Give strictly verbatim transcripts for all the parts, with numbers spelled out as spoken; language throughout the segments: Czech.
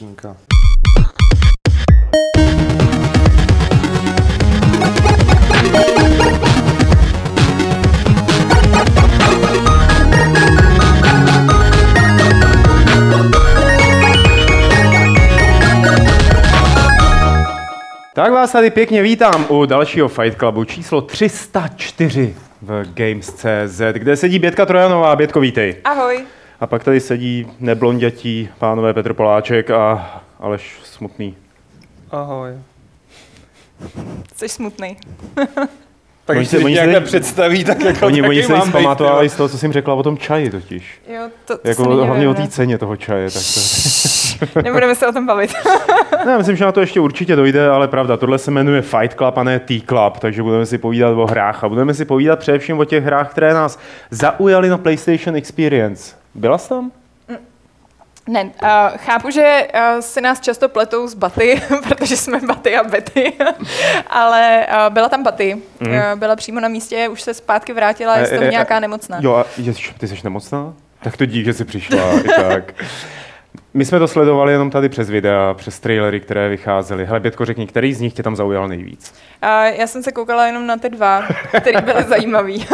okýnka. Tak vás tady pěkně vítám u dalšího Fight Clubu číslo tři sta čtyři v Games tečka cé zet, kde sedí Bětka Trojanová. Bětko, vítej. Ahoj. A pak tady sedí neblondětí pánové Petr Poláček a Aleš Smutný. Ahoj. Jsi smutný. Tak když se nějak nepředstaví, tak jako Oni, taky oni se mám být, pamatovali z toho, co jsem řekla o tom čaji totiž. Jo, to, to jako hlavně o té ceně toho čaje. Tak to... Nebudeme se o tom bavit. Ne, myslím, že na to ještě určitě dojde, ale pravda, tohle se jmenuje Fight Club a ne T-Club, takže budeme si povídat o hrách a budeme si povídat především o těch hrách, které nás zaujaly na PlayStation Experience. Byla jsi tam? Ne, uh, chápu, že uh, se nás často pletou s Baty, protože jsme Baty a Betty, ale uh, byla tam Baty, mm. uh, byla přímo na místě, už se zpátky vrátila, je z toho nějaká nemocná. Jo, a ježiš, ty jsi nemocná? Tak to dík, že jsi přišla. tak. My jsme to sledovali jenom tady přes videa, přes trailery, které vycházely. Hele, Bětko, řekni, který z nich tě tam zaujal nejvíc? Uh, já jsem se koukala jenom na ty dva, které byly zajímavý.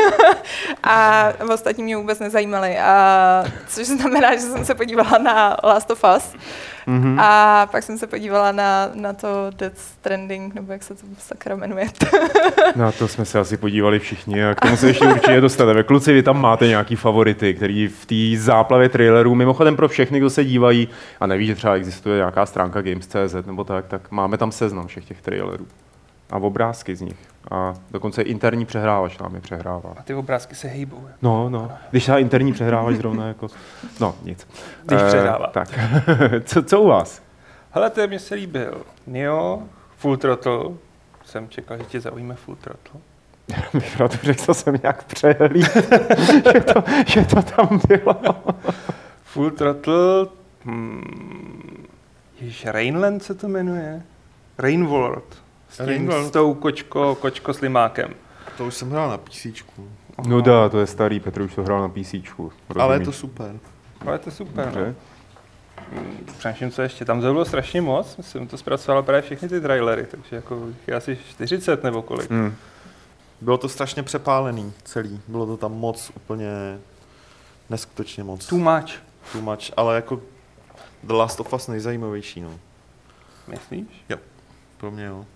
A ostatní mě vůbec nezajímaly. A což znamená, že jsem se podívala na Last of Us. Mm-hmm. A pak jsem se podívala na, na to Death Stranding, nebo jak se to sakra jmenuje. Na to jsme se asi podívali všichni a k tomu se ještě určitě dostaneme. Kluci, vy tam máte nějaký favority, který v té záplavě trailerů, mimochodem pro všechny, kdo se dívají a neví, že třeba existuje nějaká stránka Games tečka cé zet nebo tak, tak máme tam seznam všech těch trailerů a obrázky z nich. A dokonce interní přehrávač nám je přehrává. A ty obrázky se hejbou. No, no. Když třeba interní přehrávač zrovna jako... No, nic. Když e, přehrává. Tak. co, co u vás? Hele, to mě se líbil. Neo, Full Throttle. Jsem čekal, že tě zaujíme Full Throttle. Bych rád řekl, co jsem nějak přehlíd, že, to, že to tam bylo. Full Throttle... Hmm, jež Rainland se to jmenuje? Rainworld. S, tím, s tou kočko, kočko slimákem. To už jsem hrál na PCčku. No dá, to je starý, Petr už to hrál na PCčku. Ale je to super. Ale je to super. Dobře. Přemýšlím, co ještě. Tam bylo strašně moc. Jsem to zpracoval právě všechny ty trailery, takže jako je asi čtyřicet nebo kolik. Hmm. Bylo to strašně přepálený celý. Bylo to tam moc, úplně neskutečně moc. Too much. Too much, ale jako The Last of Us nejzajímavější, no. Myslíš? Jo, pro mě jo.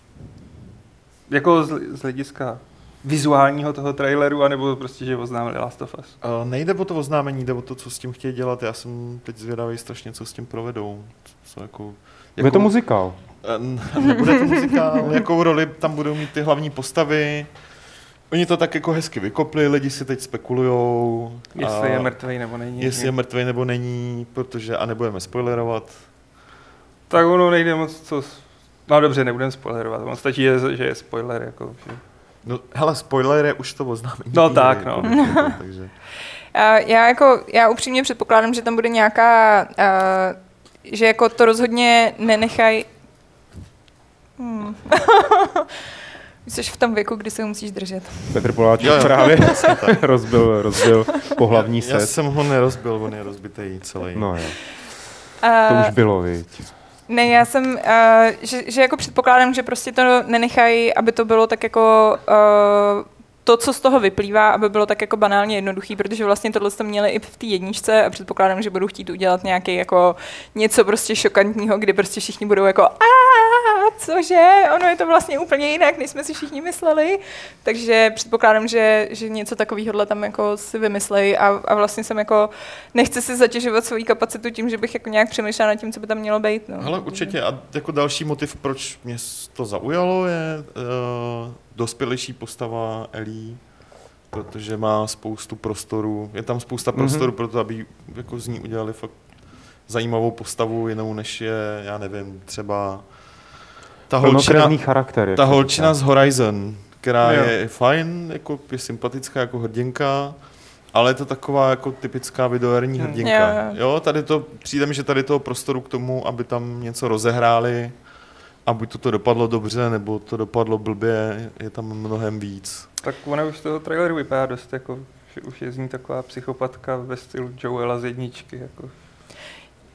Jako z, z hlediska vizuálního toho traileru, anebo prostě, že oznámili Last of Us? Uh, nejde o to oznámení, jde o to, co s tím chtějí dělat. Já jsem teď zvědavý strašně, co s tím provedou. Co jako, jako, bude to muzikál? Uh, nebude to muzikál, jakou roli tam budou mít ty hlavní postavy. Oni to tak jako hezky vykopli, lidi si teď spekulujou. Jestli je mrtvej nebo není. Jestli je mrtvej nebo není, protože a nebudeme spoilerovat. Tak ono nejde moc co... No dobře, nebudeme spoilerovat, on stačí, že je spoiler. Jako, že... No hele, spoiler je už to oznámení. No tak, no. Jako, takže. Já jako, já upřímně předpokládám, že tam bude nějaká, uh, že jako to rozhodně nenechají... Hmm. Jsi v tom věku, kdy se musíš držet. Petr Poláček jo, jo. právě rozbil, rozbil pohlavní set. Já jsem ho nerozbil, on je rozbitej celý. No jo. Uh, to už bylo, viď. Ne, já jsem, uh, že, že jako předpokládám, že prostě to nenechají, aby to bylo tak jako uh, to, co z toho vyplývá, aby bylo tak jako banálně jednoduchý, protože vlastně tohle jste měli i v té jedničce a předpokládám, že budou chtít udělat nějaký jako něco prostě šokantního, kdy prostě všichni budou jako a cože, ono je to vlastně úplně jinak, než jsme si všichni mysleli, takže předpokládám, že, že něco takového tam jako si vymyslejí a, a vlastně jsem jako nechci si zatěžovat svoji kapacitu tím, že bych jako nějak přemýšlela nad tím, co by tam mělo být. No. Hele, určitě a jako další motiv, proč mě to zaujalo, je uh, dospělejší postava Ellie, protože má spoustu prostoru, je tam spousta prostoru mm-hmm. pro to, aby jako z ní udělali fakt zajímavou postavu, jinou než je, já nevím, třeba ta holčina, charakter, ta holčina z Horizon, která jo. je fajn, jako je sympatická jako hrdinka, ale je to taková jako typická videoherní hmm. hrdinka. Jo, jo. jo, tady to, přijde mi, že tady toho prostoru k tomu, aby tam něco rozehráli a buď to, to dopadlo dobře, nebo to dopadlo blbě, je tam mnohem víc. Tak ona už z toho traileru vypadá dost jako, že už je z ní taková psychopatka ve stylu Joela z jedničky. Jako.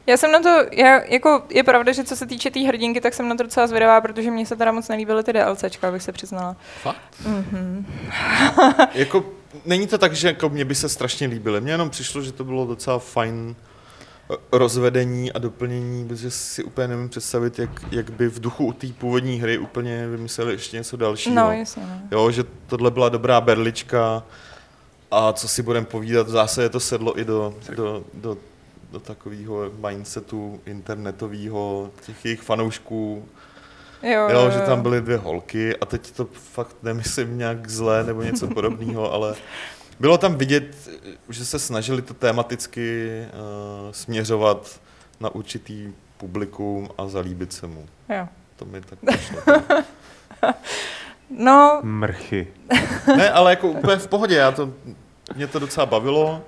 Já jsem na to, já, jako je pravda, že co se týče té tý hrdinky, tak jsem na to docela zvědavá, protože mně se teda moc nelíbily ty DLCčka, abych se přiznala. Fakt? Mhm. Jako, není to tak, že jako mě by se strašně líbily. Mně jenom přišlo, že to bylo docela fajn rozvedení a doplnění, protože si úplně nevím představit, jak, jak by v duchu té původní hry úplně vymysleli ještě něco dalšího. No, jasně. No. Jo, že tohle byla dobrá berlička a co si budeme povídat, v zásadě to sedlo i do, do, do, do takového mindsetu internetového, těch jejich fanoušků. Jo, Jo, že tam byly dvě holky a teď to fakt nemyslím nějak zlé nebo něco podobného, ale bylo tam vidět, že se snažili to tematicky uh, směřovat na určitý publikum a zalíbit se mu. Jo. To mi tak přišlo. No, Mrchy. Ne, ale jako úplně v pohodě, já to, mě to docela bavilo.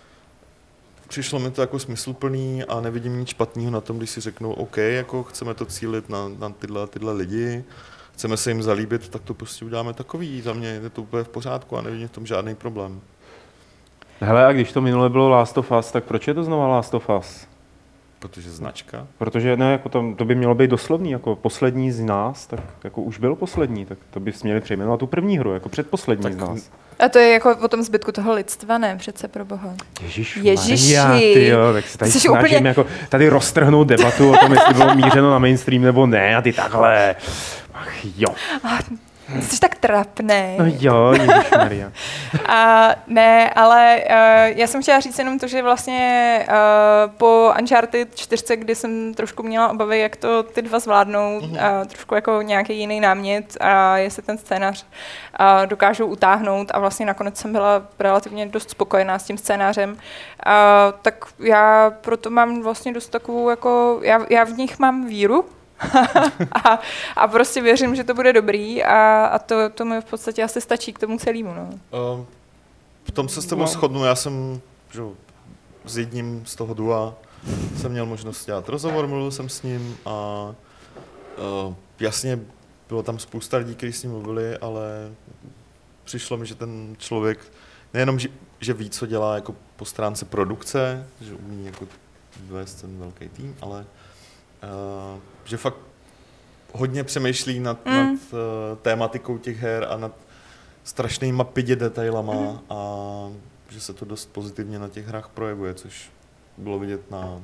Přišlo mi to jako smysluplný a nevidím nic špatného na tom, když si řeknou OK, jako chceme to cílit na, na tyhle, tyhle lidi, chceme se jim zalíbit, tak to prostě uděláme takový. Za mě je to úplně v pořádku a nevidím v tom žádný problém. Hele, a když to minule bylo Last of Us, tak proč je to znova Last of Us? Protože značka. Protože ne, jako tam, to by mělo být doslovný, jako poslední z nás, tak jako už byl poslední, tak to by směli přejmenovat tu první hru, jako předposlední Tak z nás. a to je jako o tom zbytku toho lidstva, ne? Přece pro boha. Ježíš, Ježiši. Maria, tyjo, tak se tady Jsi snažím úplně- jako tady roztrhnout debatu o tom, jestli bylo mířeno na mainstream nebo ne, a ty takhle. Ach jo, Jsi tak trapnej. no jo, Ježišmarja. A ne, ale uh, já jsem chtěla říct jenom to, že vlastně uh, po Uncharted čtyři, kdy jsem trošku měla obavy, jak to ty dva zvládnou, mm-hmm. uh, trošku jako nějaký jiný námět a jestli ten scénář uh, dokážou utáhnout a vlastně nakonec jsem byla relativně dost spokojená s tím scénářem, uh, tak já proto mám vlastně dost takovou, jako, já, já v nich mám víru, a, a prostě věřím, že to bude dobrý a, a to, to mi v podstatě asi stačí k tomu celému. No. Uh, v tom se s tebou No. shodnu, já jsem že, s jedním z toho dua jsem měl možnost dělat rozhovor, mluvil jsem s ním a uh, jasně bylo tam spousta lidí, kteří s ním mluvili, ale přišlo mi, že ten člověk nejenom, že, že ví, co dělá jako po stránce produkce, že umí jako vést ten velký tým, ale uh, že fakt hodně přemýšlí nad, Mm. nad uh, tématikou těch her a nad strašnýma pidě detailama Mm. a že se to dost pozitivně na těch hrách projevuje, což bylo vidět na,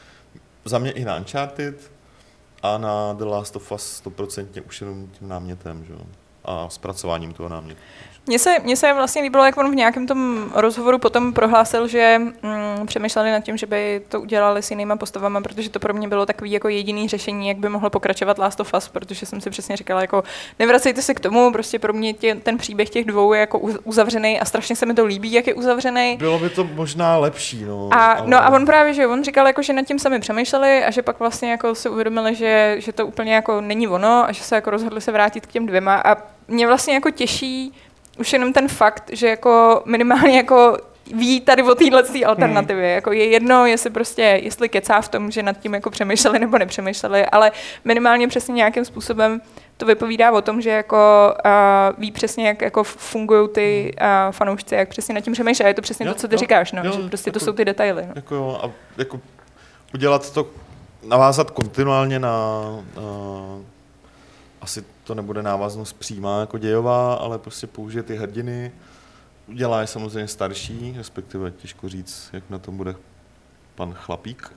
za mě i na Uncharted a na The Last of Us stoprocentně už jenom tím námětem, že? A zpracováním toho námětu. Mně se, mně se vlastně líbilo, jak on v nějakém tom rozhovoru potom prohlásil, že mm, přemýšleli nad tím, že by to udělali s jinýma postavama, protože to pro mě bylo takový jako jediný řešení, jak by mohlo pokračovat Last of Us, protože jsem si přesně říkala, jako nevracejte se k tomu, prostě pro mě tě, ten příběh těch dvou je jako uzavřený a strašně se mi to líbí, jak je uzavřený. Bylo by to možná lepší, no. A, ale... no a on právě, že on říkal, jako, že nad tím sami přemýšleli a že pak vlastně jako si uvědomili, že, že to úplně jako není ono a že se jako rozhodli se vrátit k těm dvěma a mě vlastně jako těší už jenom ten fakt, že jako minimálně jako ví tady o téhle alternativě. Hmm. Jako je jedno, jestli prostě, jestli kecá v tom, že nad tím jako přemýšleli nebo nepřemýšleli, ale minimálně přesně nějakým způsobem to vypovídá o tom, že jako uh, ví přesně, jak jako fungují ty uh, fanoušci, jak přesně nad tím přemýšlí. Je to přesně Jo, to, co ty jo, říkáš, no, jo, že prostě jako, to jsou ty detaily. No. Jako jo, a jako udělat to, navázat kontinuálně na, uh, asi to nebude návaznost přímá jako dějová, ale prostě použije ty hrdiny, udělá je samozřejmě starší, respektive těžko říct, jak na tom bude pan Chlapík,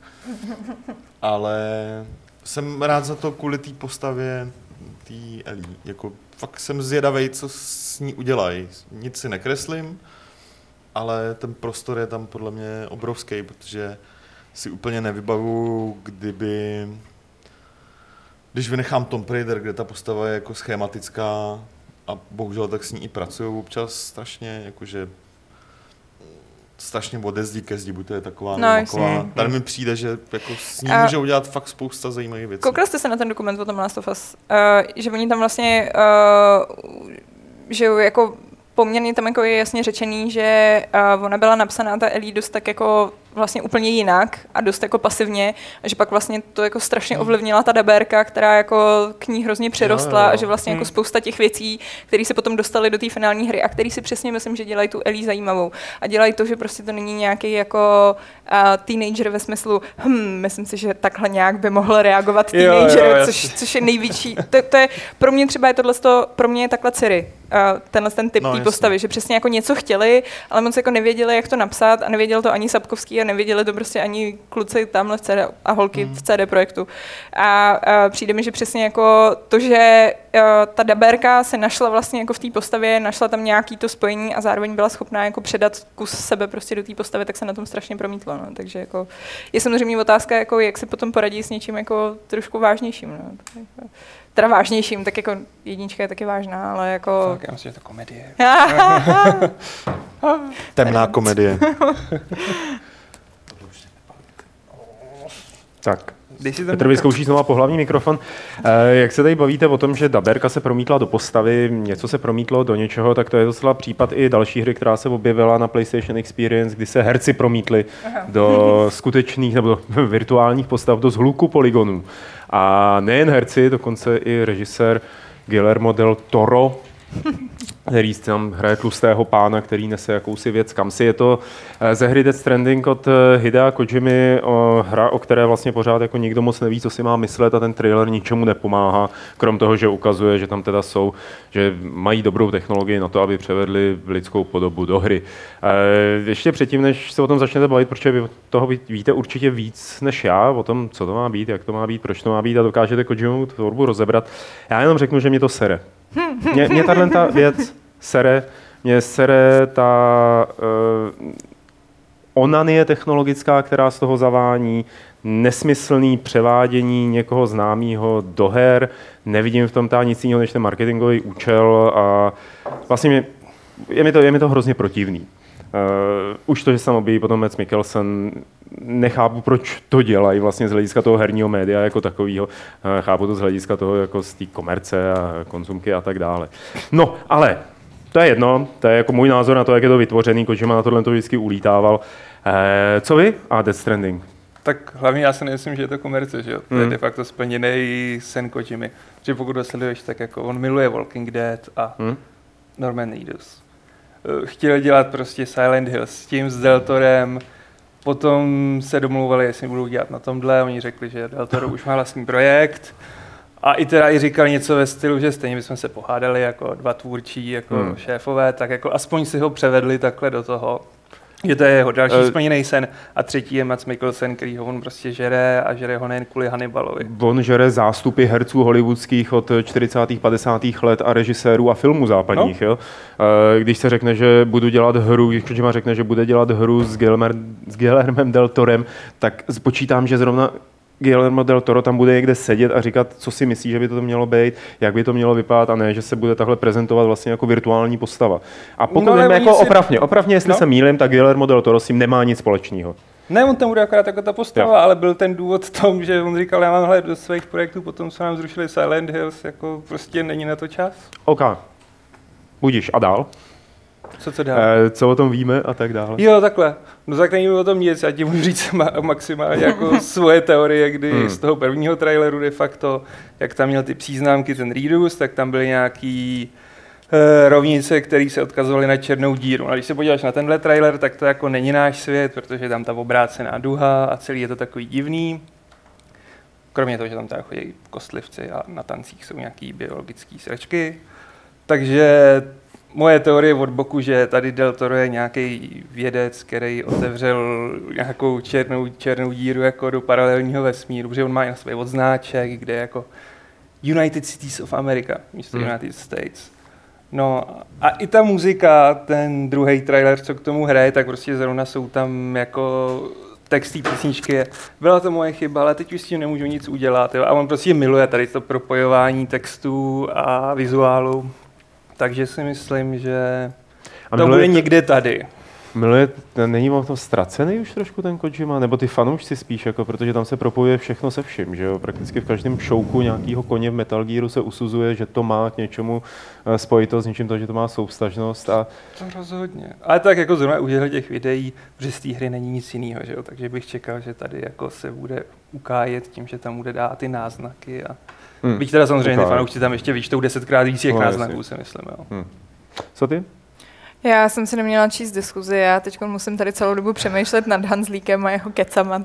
ale jsem rád za to kvůli té postavě té Ellie. Jako fakt jsem zvědavej, co s ní udělají. Nic si nekreslím, ale ten prostor je tam podle mě obrovský, protože si úplně nevybavuju, kdyby... Když vynechám Tomb Raider, kde ta postava je jako schematická a bohužel tak s ní i pracují občas strašně, jakože strašně od zdi ke zdi, buď to je taková No, taková. jasně. Tady mi přijde, že jako s ní A- může udělat fakt spousta zajímavých věcí. Koukal jste se na ten dokument o tom Last of Us, uh, že oni tam vlastně, uh, že jako poměrně tam jako je jasně řečený, že uh, ona byla napsaná, ta Ellie, dost tak jako vlastně úplně jinak a dost jako pasivně, a že pak vlastně to jako strašně ovlivnila ta dabérka, která jako k ní hrozně přirostla jo, jo. a že vlastně Hmm. jako spousta těch věcí, které se potom dostaly do té finální hry a které si přesně myslím, že dělají tu Ellie zajímavou a dělají to, že prostě to není nějaký jako uh, teenager ve smyslu, hm, myslím si, že takhle nějak by mohl reagovat Jo, teenager, jo, což, což je největší, to, to je, pro mě třeba je tohleto, pro mě je takhle Ciri, uh, tenhle ten typ No, té jasně. postavy, že přesně jako něco chtěli, ale moc jako nevěděli, jak to napsat a nevěděl to ani Sapkovský a nevěděli to prostě ani kluci tamhle v C D a holky v C D Projektu. A, a přijde mi, že přesně jako to, že uh, ta dabérka se našla vlastně jako v té postavě, našla tam nějaký to spojení a zároveň byla schopná jako předat kus sebe prostě do té postavy, tak se na tom strašně promítlo. No. Takže jako je samozřejmě otázka, jako jak se potom poradí s něčím jako trošku vážnějším. No. Teda vážnějším, tak jako jednička je taky vážná, ale jako... Tak já myslím, že to komedie. Temná komedie. Tak. Když si ten Petr vyzkouší znovu pohlavní mikrofon. Eh, jak se tady bavíte o tom, že dabérka se promítla do postavy, něco se promítlo do něčeho, tak to je docela případ i další hry, která se objevila na PlayStation Experience, kdy se herci promítli do skutečných nebo do virtuálních postav, do zhluku polygonů. A nejen herci, dokonce i režisér Guillermo del Toro, který tam hraje tlustého pána, který nese jakousi věc kamsi. Je to ze hry Death Stranding od Hidea Kojimy, o, hra, o které vlastně pořád jako nikdo moc neví, co si má myslet a ten trailer ničemu nepomáhá, krom toho, že ukazuje, že tam teda jsou, že mají dobrou technologii na to, aby převedli lidskou podobu do hry. E, ještě předtím, než se o tom začnete bavit, protože vy toho víte určitě víc než já, o tom, co to má být, jak to má být, proč to má být a dokážete Kojimu tvorbu rozebrat. Já jenom řeknu, že mě to sere. Mě, mě tahle ta věc sere, mě sere ta uh, onanie technologická, která z toho zavání, nesmyslný převádění někoho známého do her, nevidím v tom ta nic jiného než ten marketingový účel a vlastně mě, je, mi to, je mi to hrozně protivný. Uh, už to, že se tam objeví potom Mads Mikkelsen, nechápu, proč to dělají vlastně z hlediska toho herního média jako takového. Uh, chápu to z hlediska toho jako z té komerce a konzumky a tak dále. No, ale to je jedno, to je jako můj názor na to, jak je to vytvořený, Kojima na tohle to vždycky ulítával. Uh, co vy a Death Stranding? Tak hlavně já si nemyslím, že je to komerce, že jo? To je Hmm. de facto splněný sen Kojimy. Že pokud ho sleduješ, tak jako on miluje Walking Dead a Hmm? Norman Reedus. Eh, Chtěl dělat prostě Silent Hill s tím, s Del Torem, potom se domlouvali, jestli budou dělat na tomhle, oni řekli, že Del Toro už má vlastní projekt a i teda i říkal něco ve stylu, že stejně bychom se pohádali jako dva tvůrčí, jako Hmm. šéfové, tak jako aspoň si ho převedli takhle do toho. Že to je jeho další Eh. splněný sen a třetí je Mads Mikkelsen, který ho on prostě žere a žere ho nejen kvůli Hannibalovi. On žere zástupy herců hollywoodských od čtyřicátých padesátých let a režisérů a filmů západních. No. Jo? Eh, Když se řekne, že budu dělat hru, když Kojima řekne, že bude dělat hru s, Guillermo, s Guillermem del Torem, tak počítám, že zrovna Guillermo del Toro tam bude někde sedět a říkat, co si myslí, že by to mělo být, jak by to mělo vypadat a ne, že se bude takhle prezentovat vlastně jako virtuální postava. A pokud No, ale víme oni jako si- opravně, opravně, jestli No. se mýlím, tak Guillermo del Toro s tím nemá nic společného. Ne, on tam bude akorát jako ta postava, Jo. ale byl ten důvod v tom, že on říkal, já mám hledat do svých projektů, potom se nám zrušili Silent Hills, jako prostě není na to čas. OK. Budíš. A dál? Co to dá? Eh, co o tom víme a tak dále. Jo, takhle. No tak není o tom nic, já ti můžu říct ma- maximálně jako svoje teorie, kdy Hmm. z toho prvního traileru de facto, jak tam měl ty příznámky, ten Reedus, tak tam byly nějaký e, rovnice, které se odkazovaly na černou díru. A když se podíváš na tenhle trailer, tak to jako není náš svět, protože tam ta obrácená duha a celý je to takový divný. Kromě toho, že tam teda chodí kostlivci a na tancích jsou nějaký biologický sračky. Takže moje teorie od boku, že tady Del Toro je nějaký vědec, který otevřel nějakou černou, černou díru jako do paralelního vesmíru, protože on má i na svůj odznáček, kde je jako United Cities of America, místo Hmm. United States. No a i ta muzika, ten druhý trailer, co k tomu hraje, tak prostě zrovna jsou tam jako text té písničky. Byla to moje chyba, ale teď už s tím nemůžu nic udělat. Jo? A on prostě miluje tady to propojování textů a vizuálu. Takže si myslím, že A to miluje bude to- někde tady. Miluje, není o to ztracený už trošku ten Kojima, nebo ty fanoušci spíš, jako, protože tam se propojuje všechno se vším, že jo? Prakticky v každém šouku nějakého koně v Metal Gearu se usuzuje, že to má k něčemu spojitost s něčím to, že to má souvztažnost. A... To rozhodně. Ale tak jako zrovna u těch videí, protože z té hry není nic jiného, že jo? Takže bych čekal, že tady jako se bude ukájet tím, že tam bude dát ty náznaky a hmm. byť teda samozřejmě ty fanoušci tam ještě vyčtou desetkrát víc těch no, náznaků, si myslím, jo. Hmm. Co ty? Já jsem si neměla číst diskuzi, já teď musím tady celou dobu přemýšlet nad Hanzlíkem a jeho kecama.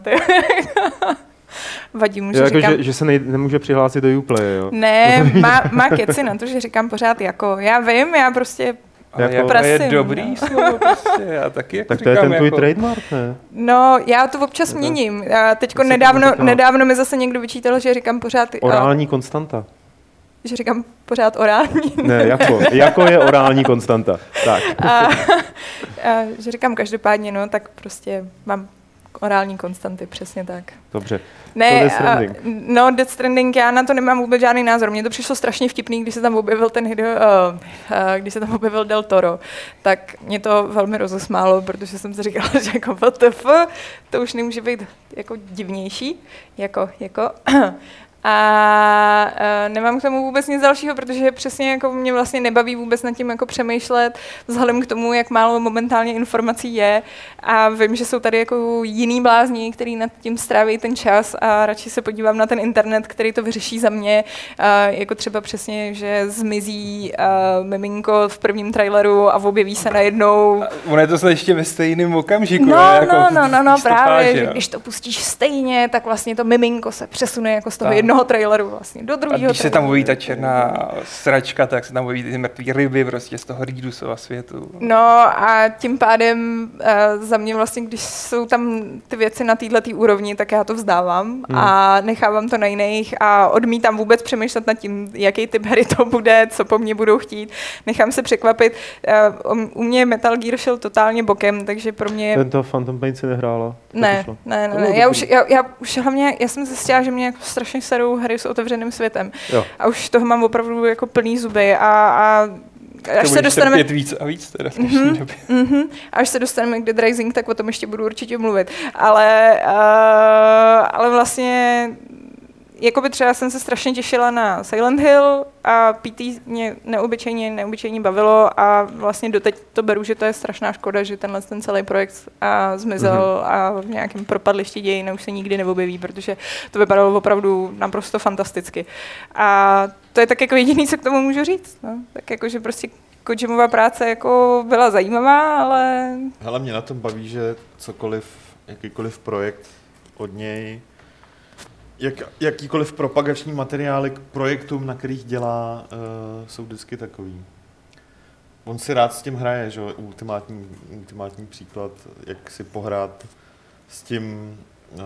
Vadí mu, že jo, jako říkám... Že, že se nej, nemůže přihlásit do Uplay, jo? Ne, má, má keci na to, že říkám pořád jako. Já vím, já prostě... Ale jako prasím, je dobrý slovo prostě, já taky jako tak to říkám, je ten tvůj jako... trademark, ne? No, já to občas měním. Já teďko nedávno, nedávno mi zase někdo vyčítal, že říkám pořád... Orální uh, konstanta. Že říkám pořád orální. Ne, jako, jako je orální konstanta. Tak. A, a, že říkám každopádně, no, tak prostě mám orální konstanty, přesně tak. Dobře. Ne, Death Stranding. A, no, Death Stranding, já na to nemám vůbec žádný názor. Mně to přišlo strašně vtipný, když se tam objevil ten Hideo, uh, uh, když se tam objevil Del Toro, tak mě to velmi rozesmálo, protože jsem si říkala, že jako W T F, to už nemůže být jako divnější, jako, jako... A uh, nemám k tomu vůbec nic dalšího, protože přesně jako mě vlastně nebaví vůbec nad tím jako přemýšlet vzhledem k tomu, jak málo momentálně informací je a vím, že jsou tady jako jiný blázni, který nad tím stráví ten čas a radši se podívám na ten internet, který to vyřeší za mě, uh, jako třeba přesně, že zmizí uh, miminko v prvním traileru a objeví se najednou. Ono je to ještě ve stejném okamžiku. No, ne? Jako no, no, no, no, právě, páže, že no. když to pustíš stejně, tak vlastně to miminko se přesune jako z toho tak. jednoho traileru vlastně do druhého. A když se tam objeví ta černá sračka, tak se tam objeví ty mrtvý ryby prostě z toho Reedusova světu. No a tím pádem uh, za mě vlastně, když jsou tam ty věci na této úrovni, tak já to vzdávám hmm. a nechávám to na jiných a odmítám vůbec přemýšlet nad tím, jaký typ hry to bude, co po mně budou chtít. Nechám se překvapit. Uh, u mě Metal Gear šel totálně bokem, takže pro mě... Tento Phantom Pain si nehrála? Ne, ne, ne, ne. Já už, já, já už hlavně, já jsem zjistila, že mě jako strašně serou hry s otevřeným světem. Jo. A už toho mám opravdu jako plný zuby a, a až se dostaneme... víc a víc teda v dnešní mm-hmm, době. Mm-hmm. Až se dostaneme k Dead Rising, tak o tom ještě budu určitě mluvit. Ale, uh, ale vlastně jakoby třeba jsem se strašně těšila na Silent Hill a P T mě neobyčejně, neobyčejně bavilo a vlastně doteď to beru, že to je strašná škoda, že tenhle ten celý projekt a zmizel mm-hmm. a v nějakém propadlišti dějin už se nikdy neobjeví, protože to vypadalo opravdu naprosto fantasticky. A to je tak jako jediný, co k tomu můžu říct. No. Tak jako, že prostě Kojimova práce jako byla zajímavá, ale... Hele, mě na tom baví, že cokoliv, jakýkoliv projekt od něj, jak, jakýkoliv propagační materiály k projektům, na kterých dělá, uh, jsou vždycky takový. On si rád s tím hraje, že? Ultimátní, ultimátní příklad, jak si pohrát s tím, uh,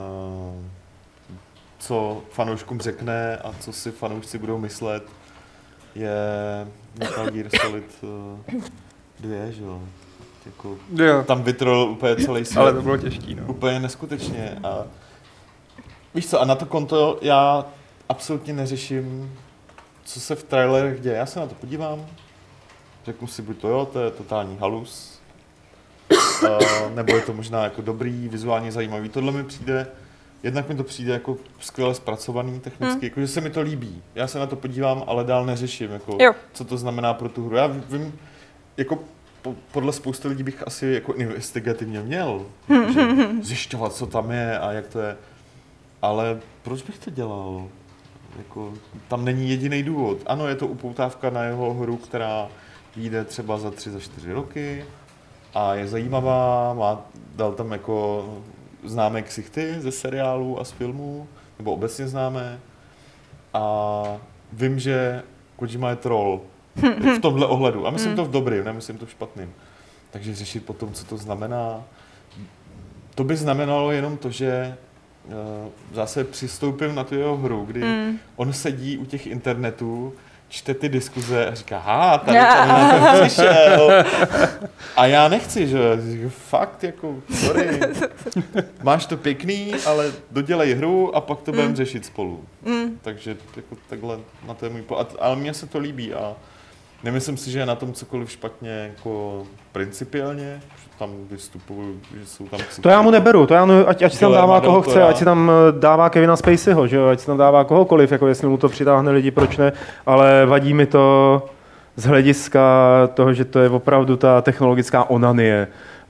co fanouškům řekne a co si fanoušci budou myslet, je Metal Gear Solid uh, dva, že jo? Jako, jo. Tam vytrol úplně celý svět. Ale to bylo těžký, no. Úplně neskutečně. A víš co, a na to konto já absolutně neřeším, co se v trailerech děje. Já se na to podívám, řeknu si buď to jo, to je totální halus, uh, nebo je to možná jako dobrý, vizuálně zajímavý. Tohle mi přijde, jednak mi to přijde jako skvěle zpracovaný technicky, hmm. jakože se mi to líbí. Já se na to podívám, ale dál neřeším, jako, co to znamená pro tu hru. Já vím, jako po, podle spousty lidí bych asi jako investigativně měl, zjišťovat, co tam je a jak to je. Ale proč bych to dělal? Jako, tam není jediný důvod. Ano, je to upoutávka na jeho hru, která vyjde třeba za tři, za čtyři roky a je zajímavá, má, dal tam jako známé ksichty ze seriálů a z filmů, nebo obecně známé. A vím, že Kojima je troll v tomhle ohledu. A myslím to v dobrým, nemyslím to v špatným. Takže řešit potom, co to znamená. To by znamenalo jenom to, že zase přistoupím na tu jeho hru, kdy mm. on sedí u těch internetů, čte ty diskuze a říká, ha, tady to na to přišel. A já nechci, že fakt, jako, sorry, máš to pěkný, ale dodělej hru a pak to mm. budeme řešit spolu. Mm. Takže jako, takhle na to je můj pohled. Ale mně se to líbí a Nemyslím si, že je na tom cokoliv špatně jako principiálně, že tam vystupují, že jsou tam... To já mu neberu, to já mu, ať, ať si tam dává koho chce, ať si tam dává Kevina Spaceyho, že jo, ať si tam dává kohokoliv, jako jestli mu to přitáhne lidi, proč ne, ale vadí mi to z hlediska toho, že to je opravdu ta technologická onanie,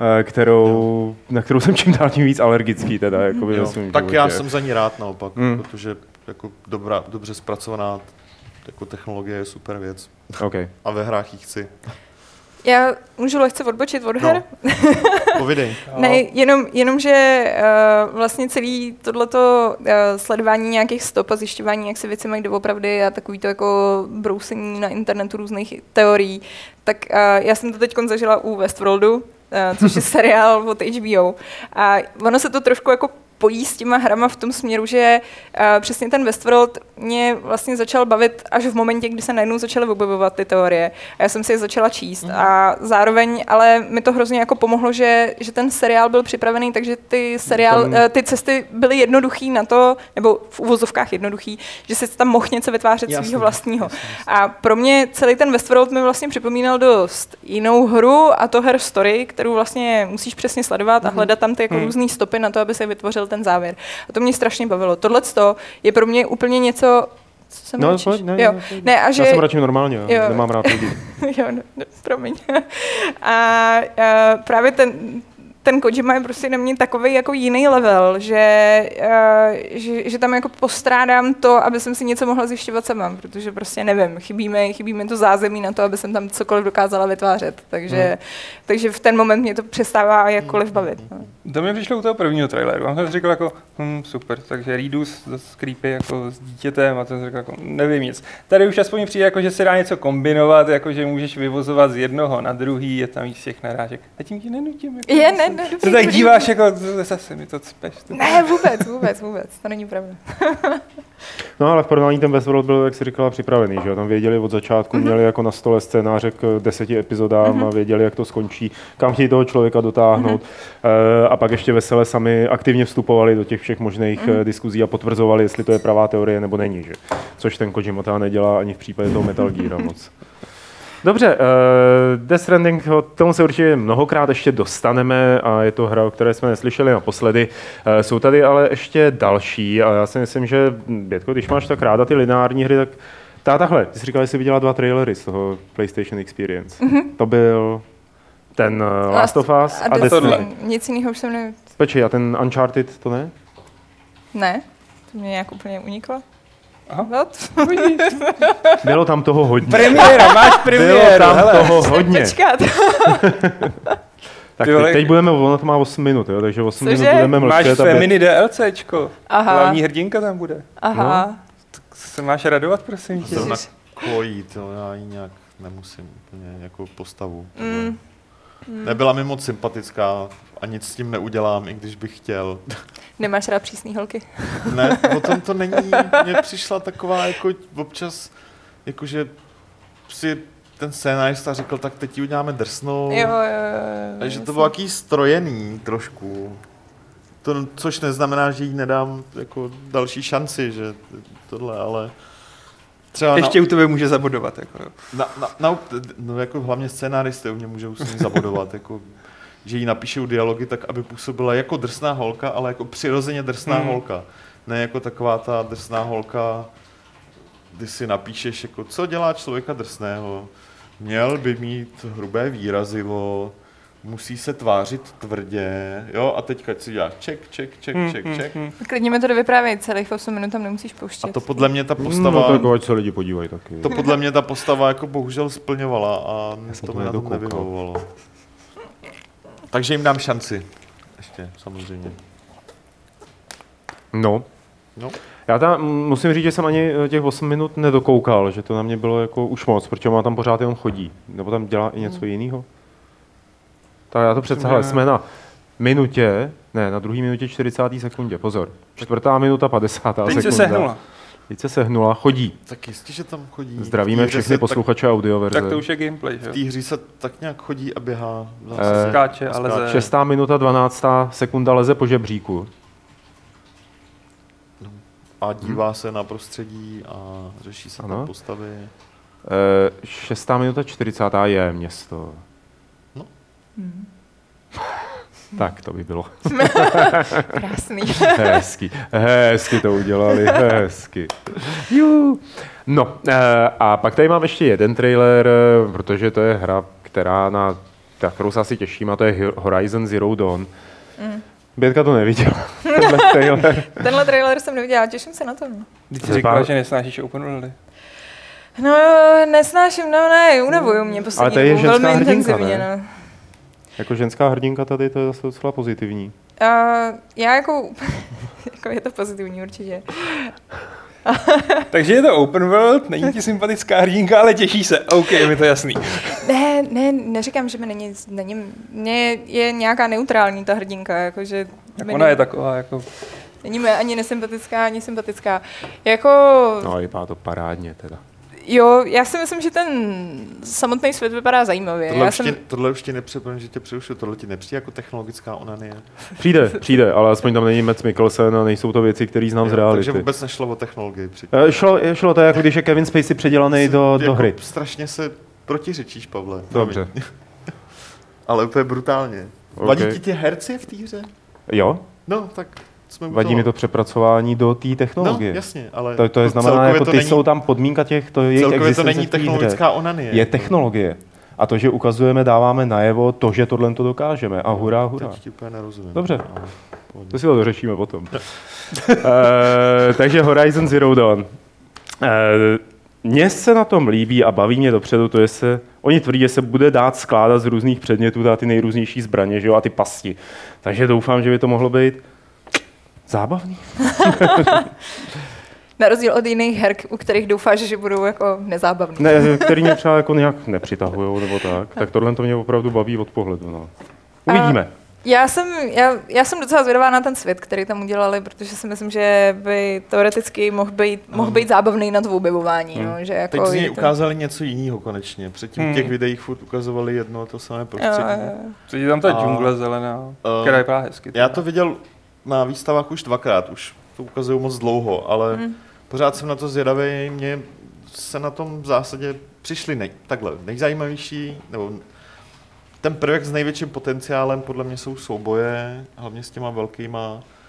kterou, na kterou jsem čím dál tím víc alergický teda. Jako jo, svým tak životě. Já jsem za ní rád naopak, mm. protože jako dobrá, dobře zpracovaná jako technologie je super věc. Okay. A ve hrách ji chci. Já můžu lehce odbočit od her? No. Povidej. Ne, jenom, jenom, že uh, vlastně celý tohleto uh, sledování nějakých stop a zjišťování, jak se věci mají doopravdy a takový to jako brousení na internetu různých teorií, tak uh, já jsem to teď zažila u Westworldu, uh, což je seriál od H B O. A ono se to trošku jako pojí s těma hrama v tom směru, že uh, přesně ten Westworld mě vlastně začal bavit až v momentě, kdy se najednou začaly objevovat ty teorie. A já jsem si je začala číst. Mm. A zároveň, ale mi to hrozně jako pomohlo, že, že ten seriál byl připravený, takže ty, seriál, uh, ty cesty byly jednoduchý na to, nebo v uvozovkách jednoduchý, že si tam mohl něco vytvářet jasný, svýho vlastního. Jasný, jasný. A pro mě celý ten Westworld mi vlastně připomínal dost jinou hru, a to Her Story, kterou vlastně musíš přesně sledovat mm. a hledat tam ty jako mm. různý stopy na to, aby se vytvořil ten závěr. A to mě strašně bavilo. Tohleto je pro mě úplně něco, co se no, mračíš? ne, jo. ne, Ne, a že... Já jsem radši normálně, jo. Jo. Nemám rád lidi. jo, no, no, promiň. a, a právě ten, ten Kojima je prostě na mě takový jako jiný level, že, uh, že, že tam jako postrádám to, aby jsem si něco mohla zjišťovat sama, protože prostě nevím, chybí mi, chybí mi to zázemí na to, aby jsem tam cokoliv dokázala vytvářet. Takže, hmm. takže v ten moment mě to přestává jakkoliv bavit. No. To mi přišlo u toho prvního traileru. On jsem říkal jako, hm, super, takže Reedus dost creepy jako s dítětem a to jsem říkal jako, nevím nic. Tady už aspoň přijde jako, že se dá něco kombinovat, jako že můžeš vyvozovat z jednoho na druhý, je tam víc těch narážek. A tím ti nenutím. Jako Je, ne, ne, se tak díváš jako, zase mi to cpeš. Ne, vůbec, vůbec, vůbec, to není pravda. No ale v porovnání ten Westworld byl, jak jsi říkala, připravený, že jo? Tam věděli od začátku, mm-hmm. měli jako na stole scénáře k deseti epizodám mm-hmm. a věděli, jak to skončí, kam chtějí toho člověka dotáhnout. Mm-hmm. E, a pak ještě vesele sami aktivně vstupovali do těch všech možných mm-hmm. diskuzí a potvrzovali, jestli to je pravá teorie nebo není, že? Což ten Kojima teda nedělá ani v případě toho Metal Geara moc. Dobře, uh, Death Stranding, k tomu se určitě mnohokrát ještě dostaneme a je to hra, o které jsme neslyšeli naposledy. Uh, jsou tady ale ještě další a já si myslím, že Bětko, když máš tak ráda ty lineární hry, tak tá, tahle, ty jsi říkala, že jsi viděla dva trailery z toho PlayStation Experience. Mm-hmm. To byl ten uh, Last of Us a, a Death Stranding. Nic jiného už jsem ne... Počkej, a ten Uncharted to ne? Ne, to mě nějak úplně uniklo. Aha. Bylo tam toho hodně. Premiéra, máš premiéru. Bylo tam hele. toho hodně. Počkat. Tak teď, teď budeme, ono to má osm minut, jo, takže osm Cože? minut budeme mlčet. Máš své mini DLCčko. Aha. Hlavní hrdinka tam bude. Aha. No. Tak se máš radovat, prosím tě. Zrovna Chloe, to já ji nějak nemusím úplně jako postavu. Mm. Nebyla mi moc sympatická a nic s tím neudělám, i když bych chtěl. Nemáš rád přísný holky? Ne, o tom to není. Mně přišla taková jako občas, jakože si ten scénárista řekl, tak teď ji uděláme drsnou. Jo, jo, jo. A že to bylo jaký strojený trošku. To, což neznamená, že jí nedám jako další šanci, že tohle, ale třeba ještě na, u tebe může zabodovat. Jako. na, na, na, no jako hlavně scénáristy u mě můžou s ní zabodovat, jako, že jí napíšou dialogy tak, aby působila jako drsná holka, ale jako přirozeně drsná hmm. holka. Ne jako taková ta drsná holka, kdy si napíšeš, jako, co dělá člověka drsného. Měl by mít hrubé výrazivo, musí se tvářit tvrdě, jo, a teďka si děláš ček, ček, ček, hmm, ček, hmm, ček. hmm. Klidně mi to dovyprávěj, celých osm minut tam nemusíš pouštět. A to podle mě ta postava... No tak ať se lidi podívají taky. To podle mě ta postava jako bohužel splňovala a to to mi na tom nedokoukal. nevyhovovalo. Takže jim dám šanci. Ještě, samozřejmě. No. No. Já tam musím říct, že jsem ani těch osm minut nedokoukal, že to na mě bylo jako už moc, protože má tam pořád jenom chodí. Nebo tam dělá i něco jiného. Tak já to přece, hele, jsme na minutě, ne, na druhé minutě čtyřicáté sekundě, pozor. Čtvrtá minuta padesátá Teď sekunda. se sehnula. Teď se sehnula, chodí. Tak jistě, že tam chodí. Zdravíme V té hře všechny se posluchače audioverze. Tak to už je gameplay, že Tak, v jo? té hře se tak nějak chodí a běhá. Eh, Skáče a leze. Šestá minuta, dvanáctá sekunda leze po žebříku. A dívá se na prostředí a řeší se Ano. tam postavy. E, šestá minuta čtyřicátá je město. No. Hmm. Tak to by bylo. Krásný. Hezky, hezky to udělali, hezky. Jú. No e, a pak tady mám ještě jeden trailer, protože to je hra, která na, na kterou se asi těším, a to je Horizon Zero Dawn. Mm. Bětka to neviděla, tenhle trailer. Tenhle trailer jsem neviděla, těším se na to. Když jsi říkala, že nesnášíš open worldy. No, nesnáším, no ne, unavuju mě poslední Ale to je dobu, ženská velmi hrdinka, intenzivně, ne? no. Jako ženská hrdinka tady to je zase docela pozitivní. Uh, já jako, jako je to pozitivní určitě. Takže je to open world, není ti sympatická hrdinka, ale těší se. OK, je mi to jasný. Ne, ne, neříkám, že mi není, není mně je nějaká neutrální ta hrdinka, jakože... Tak ona je taková, jako... Není mi ani nesympatická, ani sympatická. Jako... No, vypadá to parádně teda. Jo, já si myslím, že ten samotný svět vypadá zajímavě. Tohle, Já už, jsem... tě, tohle už ti nepřepomínám, že tě přerušu, tohle ti nepřijde jako technologická onanie. Přijde, přijde, ale aspoň tam není Mads Mikkelsen a nejsou to věci, které znám Jo, z reality. takže vůbec nešlo o technologii. E, šlo, šlo to jako když je Kevin Spacey předělaný do, jako do hry. Strašně se protiřečíš, Pavle. Dobře. Ale úplně brutálně. Okay. Vadí ti ty herci v té hře? Jo, No, tak jsme u vadí toho. mi to přepracování do té technologie. No, jasně, ale To, to je znamená, jako ty není, jsou tam podmínka těch, to jejich celkově to existence není v té hře. technologická onanie. Je technologie. A to, že ukazujeme, dáváme najevo to, že tohle to dokážeme. A hurá, hurá. Teď ti úplně nerozumím. Dobře. Ale pohodě. To si to dořešíme potom. e, takže Horizon Zero Dawn. E, Mně se na tom líbí a baví mě dopředu, to je se, oni tvrdí, že se bude dát skládat z různých předmětů a ty nejrůznější zbraně, že jo, a ty pasti. Takže doufám, že by to mohlo být zábavný. Na rozdíl od jiných her, u kterých doufáš, že budou jako nezábavný. Ne, který mě třeba jako nějak nepřitahujou nebo tak, tak tohle to mě opravdu baví od pohledu. No. Uvidíme. A já jsem, já, já jsem docela zvědavá na ten svět, který tam udělali, protože si myslím, že by teoreticky mohl být, mohl být zábavný na to objevování. Hmm. No, že jako Teď z něj je to- ukázali něco jiného konečně. Předtím v Hmm. těch videích furt ukazovali jedno a to samé Jo, prostředí. jo, jo. Co je tam ta A- džungle zelená, Uh, která vypadá hezky. Já to viděl na výstavách už dvakrát, už to ukazují moc dlouho, ale Hmm. pořád jsem na to zvědavý. Mně se na tom v zásadě přišli nej, takhle nejzajímavější, nebo ten prvek s největším potenciálem podle mě jsou souboje, hlavně s těma velkýma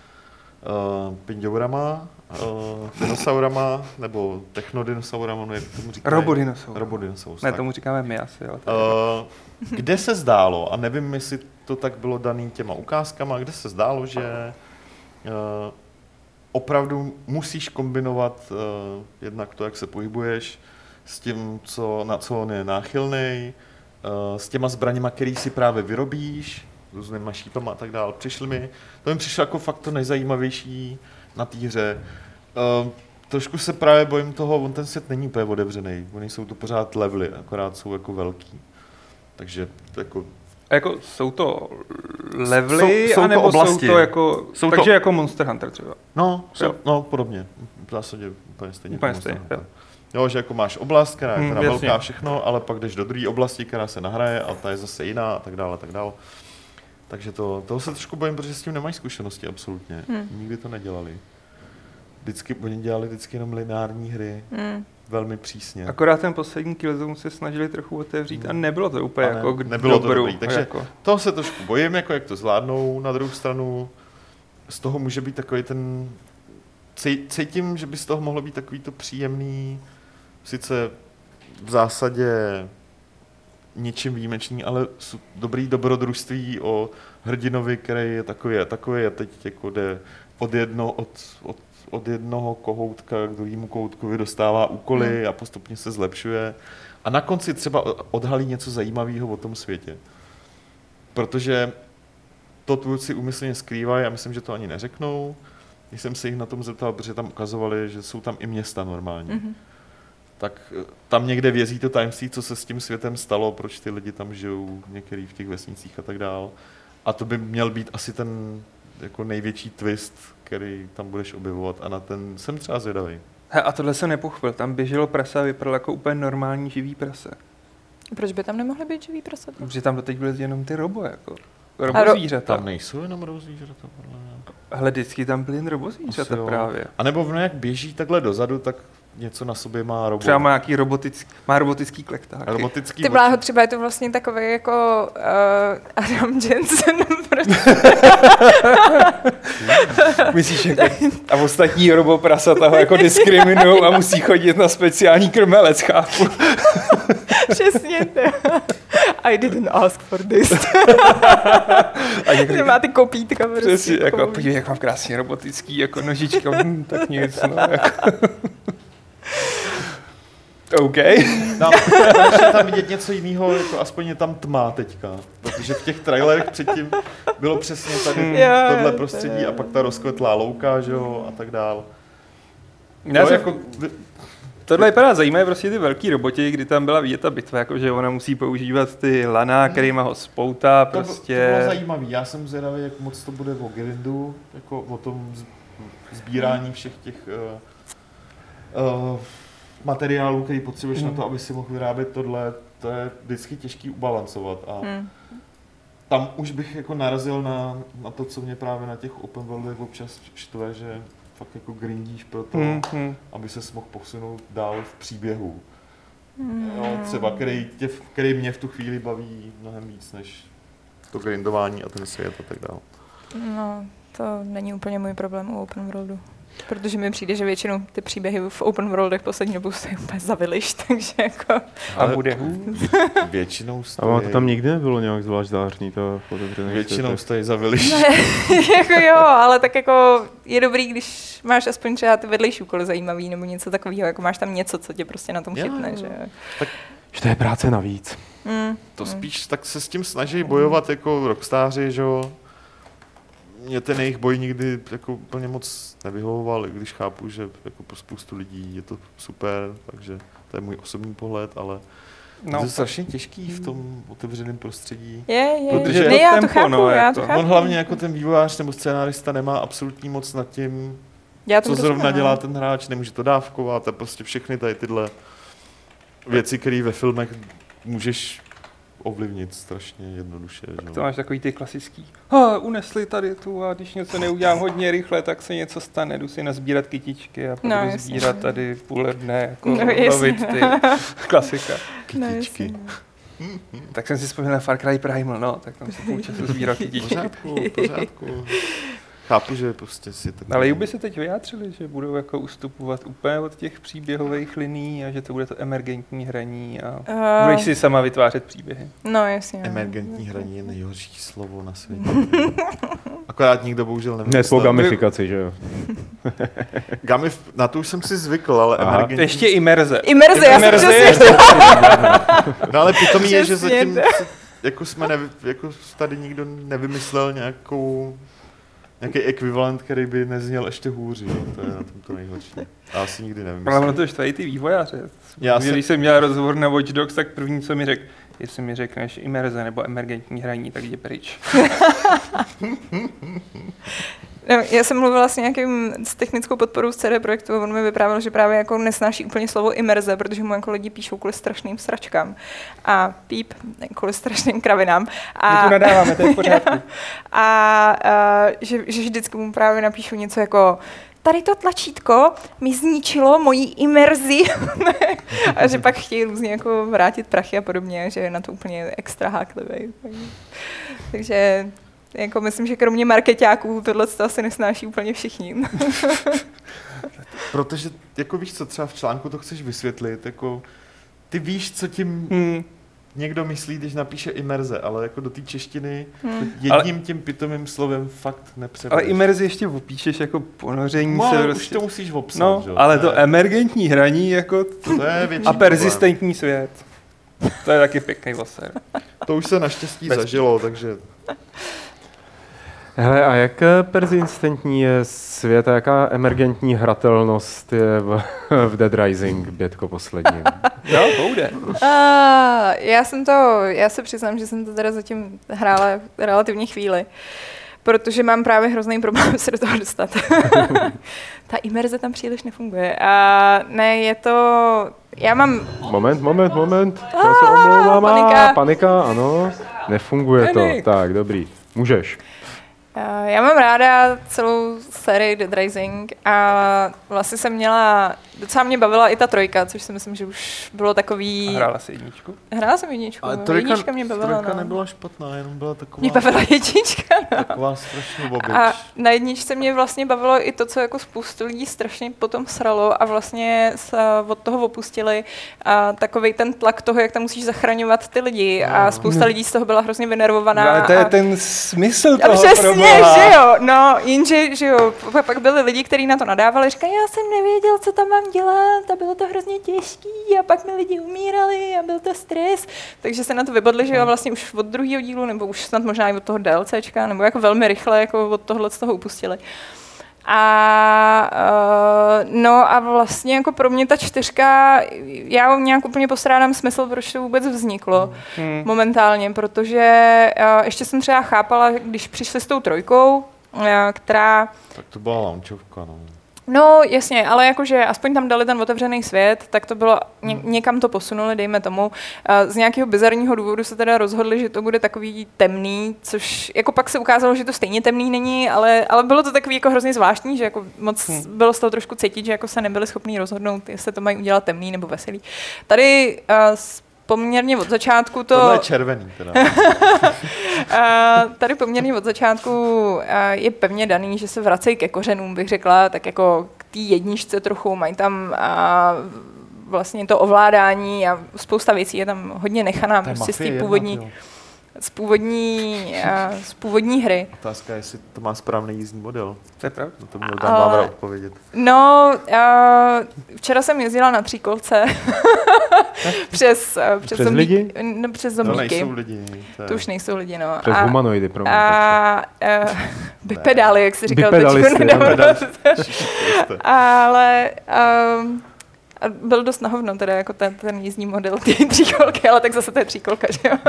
uh, pindourama, uh, dinosaurama, nebo technodinosaurama, no jak tomu říkají? Robodinosaur. Robodinosaurus. Ne, tak. tomu říkáme my asi, ale to je- Uh, kde se zdálo, a nevím, jestli to tak bylo daný těma ukázkama, kde se zdálo, že uh, opravdu musíš kombinovat uh, jednak to, jak se pohybuješ, s tím, co, na co on je náchylný, uh, s těma zbraněma, který si právě vyrobíš, různýma šípama a tak dále. Přišli mi, to mi přišlo jako fakt to nejzajímavější na té hře. Uh, trošku se právě bojím toho, on ten svět není úplně otevřený, oni jsou to pořád levely, akorát jsou jako velký. Takže to jako A jako jsou to levely, Jsou- jsou to anebo oblasti. jsou to jako, Jsou takže to- jako Monster Hunter třeba. No, jsou, Jo. no podobně. V zásadě úplně stejně. Úplně jako stejně, Monster jo. Hunter. Jo, že jako máš oblast, která je Hmm, teda jasně. velká všechno, ale pak jdeš do druhé oblasti, která se nahraje a ta je zase jiná a tak dále, a tak dále. Takže to, toho se trošku bojím, protože s tím nemají zkušenosti absolutně. Hmm. Nikdy to nedělali. Vždycky, oni dělali vždycky jenom lineární hry, Hmm. velmi přísně. Akorát ten poslední Killzone se snažili trochu otevřít a nebylo to úplně A ne, jako k nebylo to dobru. dobrý, takže- jako. Toho se trošku bojím, jako jak to zvládnou. Na druhou stranu z toho může být takový ten... cí- Cítím, že by z toho mohlo být takový to příjemný, sice v zásadě ničím výjimečný, ale su- dobrý dobrodružství o hrdinovi, který je takový a takový a teď jako jde od, jedno, od, od, od jednoho kohoutka k druhému kohoutkovi, dostává úkoly Hmm. a postupně se zlepšuje. A na konci třeba odhalí něco zajímavého o tom světě. Protože to tvůrci úmyslně skrývají a myslím, že to ani neřeknou. Když jsem se jich na tom zeptal, protože tam ukazovali, že jsou tam i města normálně. Mhm. Tak eh, tam někde vězí to tajemství, co se s tím světem stalo, proč ty lidi tam žijou, některý v těch vesnicích a tak dál. A to by měl být asi ten jako největší twist, který tam budeš objevovat a na ten jsem třeba zvědavý. He, a tohle se nepochopil, tam běželo prasa a vypadalo jako úplně normální živý prase. Proč by tam nemohly být živý prasata? Protože tam doteď byly jenom ty robo, jako. ro- Robozvířata. Tam nejsou jenom rozvířata, podle mě. Hele, vždycky tam byly jen robozvířata Asi jo. právě. A nebo ono jak běží takhle dozadu, tak něco na sobě má robot. Třeba má nějaký robotický, má robotický klektáky. Robotický Ty oči. bláho, třeba je to vlastně takový jako uh, Adam Jensen. Prostě. Myslíš, jako, a ostatní roboprasata ho jako diskriminují a musí chodit na speciální krmelec, chápu. Přesně to. I didn't ask for this. A někdy, Má ty kopítka prostě. přesně, jako, kovový. podívej, jak mám krásně robotický jako nožička, hm, tak nic, no, jako. OK. Tam, tam, tam vidět něco jiného, jako aspoň je tam tma teďka, protože v těch trailerech předtím bylo přesně tady Jo, tohle to prostředí je. a pak ta rozkvetlá louka, že jo, a tak dál. Já To jsem, jako, tohle vypadá zajímavé, prostě ty velký roboti, kdy tam byla vidět ta bitva, jako, že ona musí používat ty lana, kterýma ho spoutá, to, prostě. to bylo zajímavý, já jsem zvědavý, jak moc to bude o Grindu, jako o tom z- sbírání všech těch uh, uh, materiálů, který potřebuješ Hmm. na to, aby si mohl vyrábět tohle, to je vždycky těžký ubalancovat a Hmm. tam už bych jako narazil na, na to, co mě právě na těch open worldech občas štve, že fakt jako grindíš pro to, Hmm, hmm. aby se mohl posunout dál v příběhu. Hmm. Jo, třeba, který, tě, který mě v tu chvíli baví mnohem víc, než to grindování a ten svět a tak dále. No, to není úplně můj problém u open worldu. Protože mi přijde, že většinou ty příběhy v open worldech poslední dobou se úplně zaviliš, takže jako... A bude hůř. Většinou A stojí, to tam nikdy nebylo nějak zvlášť zářný, to v otevřených většinou světech. stojí za viliš. Ne, jako jo, ale tak jako je dobrý, když máš aspoň třeba ty vedlejší úkoly zajímavý nebo něco takového, jako máš tam něco, co tě prostě na tom Jo, chytne, jo. že Že to je práce navíc. mm, To spíš tak se s tím snaží bojovat jako rockstáři, že jo. Mě ten jejich boj nikdy jako úplně moc nevyhovoval, i když chápu, že jako pro spoustu lidí je to super, takže to je můj osobní pohled, ale no, to je strašně těžký v tom otevřeném prostředí. je, je, Protože je. to Ne, já to tempo, chápu, no, já jako. to chápu. On hlavně jako ten vývojář nebo scénárista nemá absolutní moc nad tím, já co tomu zrovna rozumím, dělá no. ten hráč, nemůže to dávkovat a prostě všechny tady tyhle věci, které ve filmech můžeš ovlivnit strašně jednoduše. Že? To máš takový ty klasický. Ha, unesli tady tu a když něco neudělám hodně rychle, tak se něco stane. Jdu si nazbírat kytičky a pak No, jdu jasně. sbírat tady půl dne, jako No, jasně. lovit ty. Klasika. No, Kytičky. jasně. Tak jsem si vzpomněl na Far Cry Primal, no, tak tam si půl času sbíral V kytičky. pořádku, v pořádku. Chápu, že prostě si tak... Ale Ubi se teď vyjádřili, že budou jako ustupovat úplně od těch příběhových liní a že to bude to emergentní hraní a Uh, budeš si sama vytvářet příběhy. no, jasně. no. Emergentní hraní je nejhorší slovo na světě. Akorát nikdo bohužel Hned po nevymyslel. gamifikaci, že jo. Gamif, na to už jsem si zvykl, ale Aha. emergentní... Ještě imerze. Imerze, já jsem Imerze přesně je- chtěla. No ale pitomý je, že Přesně zatím to. se- jako jsme nevy, jako tady nikdo nevymyslel nějakou nějaký ekvivalent, který by nezněl ještě hůř, jo. To je na tom to nejhorší. Já asi nikdy Ale nevymyslel. ono to štvají ty vývojáře. Já Když jsem- jsem měl rozhovor na Watch Dogs, tak první, co mi řekl, jestli mi řekneš imerze nebo emergentní hraní, tak jdi pryč. No, já jsem mluvila s nějakým s technickou podporou z C D Projektu a on mi vyprávěl, že právě jako nesnáší úplně slovo imerze, protože mu jako lidi píšou kvůli strašným sračkám a píp, kvůli strašným kravinám. My A, tu nadáváme, to je v pořádku. a, a že, že vždycky mu právě napíšu něco jako tady to tlačítko mi zničilo moji imerzi a že pak chtějí různě jako vrátit prachy a podobně, že je na to úplně extra háklivý. Takže jako myslím, že kromě markeťáků tohle to asi nesnáší úplně všichni. Protože, jako víš co, třeba v článku to chceš vysvětlit, jako ty víš, co tím Hmm. někdo myslí, když napíše imerze, ale jako do té češtiny Hmm. jedním tím pitomým slovem fakt nepřevedeš. Ale imerzi ještě opíšeš jako ponoření No, se ale už prostě. to musíš opsat, No, že jo? ale to je, emergentní hraní jako to je větší a problém. persistentní svět. To je taky pěkný voser. To už se naštěstí Bez- zažilo, takže Hele, a jak eh, persistentní je svět a jaká emergentní hratelnost je v, v Dead Rising, Bětko posledním? No, bude. A, já jsem to, já se přiznám, že jsem to teda zatím hrála relativně chvíli, protože mám právě hrozný problém se do toho dostat. Ta imerze tam příliš nefunguje. A ne, je to, já mám, Moment, moment, moment. Já se omlouvám. panika. A, panika, ano. Nefunguje to. Panik. Tak, dobrý. Můžeš. já mám ráda celou sérii Dead Rising a vlastně jsem měla docela mě bavila i ta trojka, což si myslím, že už bylo takový... A hrála jsi jedničku? Hrála jsem jedničku, Ale no. trojka, jednička mě bavila, trojka no. nebyla špatná, jenom byla taková... Mě bavila jednička, no. Taková strašně bobič. A na jedničce mě vlastně bavilo i to, co jako spoustu lidí strašně potom sralo a vlastně se od toho opustili a takovej ten tlak toho, jak tam musíš zachraňovat ty lidi a spousta lidí z toho byla hrozně vynervovaná. No, ale to je a... ten smysl A toho, přesně, proboha. že jo, no, jenže, že jo, pak byli lidi, kteří na to nadávali, říkají, já jsem nevěděl, co tam mám dělat a bylo to hrozně těžký a pak mi lidi umírali a byl to stres, takže se na to vybodli, že jo, vlastně už od druhého dílu, nebo už snad možná i od toho DLCčka, nebo jako velmi rychle jako od tohle z toho upustili. A uh, no a vlastně jako pro mě ta čtyřka, já nějak úplně postrádám smysl, proč to vůbec vzniklo hmm. momentálně, protože uh, ještě jsem třeba chápala, když přišli s tou trojkou, uh, která... Tak to byla launchovka, no. No jasně, ale jakože aspoň tam dali ten otevřený svět, tak to bylo, ně, někam to posunuli, dejme tomu. Z nějakého bizarního důvodu se teda rozhodli, že to bude takový temný, což jako pak se ukázalo, že to stejně temný není, ale, ale bylo to takový jako hrozně zvláštní, že jako moc hmm. bylo z toho trošku cítit, že jako se nebyli schopní rozhodnout, jestli to mají udělat temný nebo veselý. Tady uh, poměrně od začátku to... Tohle je červený teda. uh, tady poměrně od začátku uh, je pevně daný, že se vracejí ke kořenům, bych řekla, tak jako k té jedničce trochu, mají tam uh, vlastně to ovládání a spousta věcí je tam hodně nechaná prostě z té původní, z původní, uh, z původní hry. Otázka je, jestli to má správný jízdní model. To je pravda. No to měl Dan Vávra odpovědět. No, uh, včera jsem jezdila na tříkolce přes, uh, přes, přes zombíky, lidi? No, přes To zombíky. nejsou lidi. To, je... To už nejsou lidi, no. Přes a, humanoidy, pro mě. A uh, bipedály, jak jsi říkal. Bipedalisty, Ale um, byl dost na hovno teda jako ten, ten jízdní model té tříkolky, ale tak zase to je tříkolka, že jo.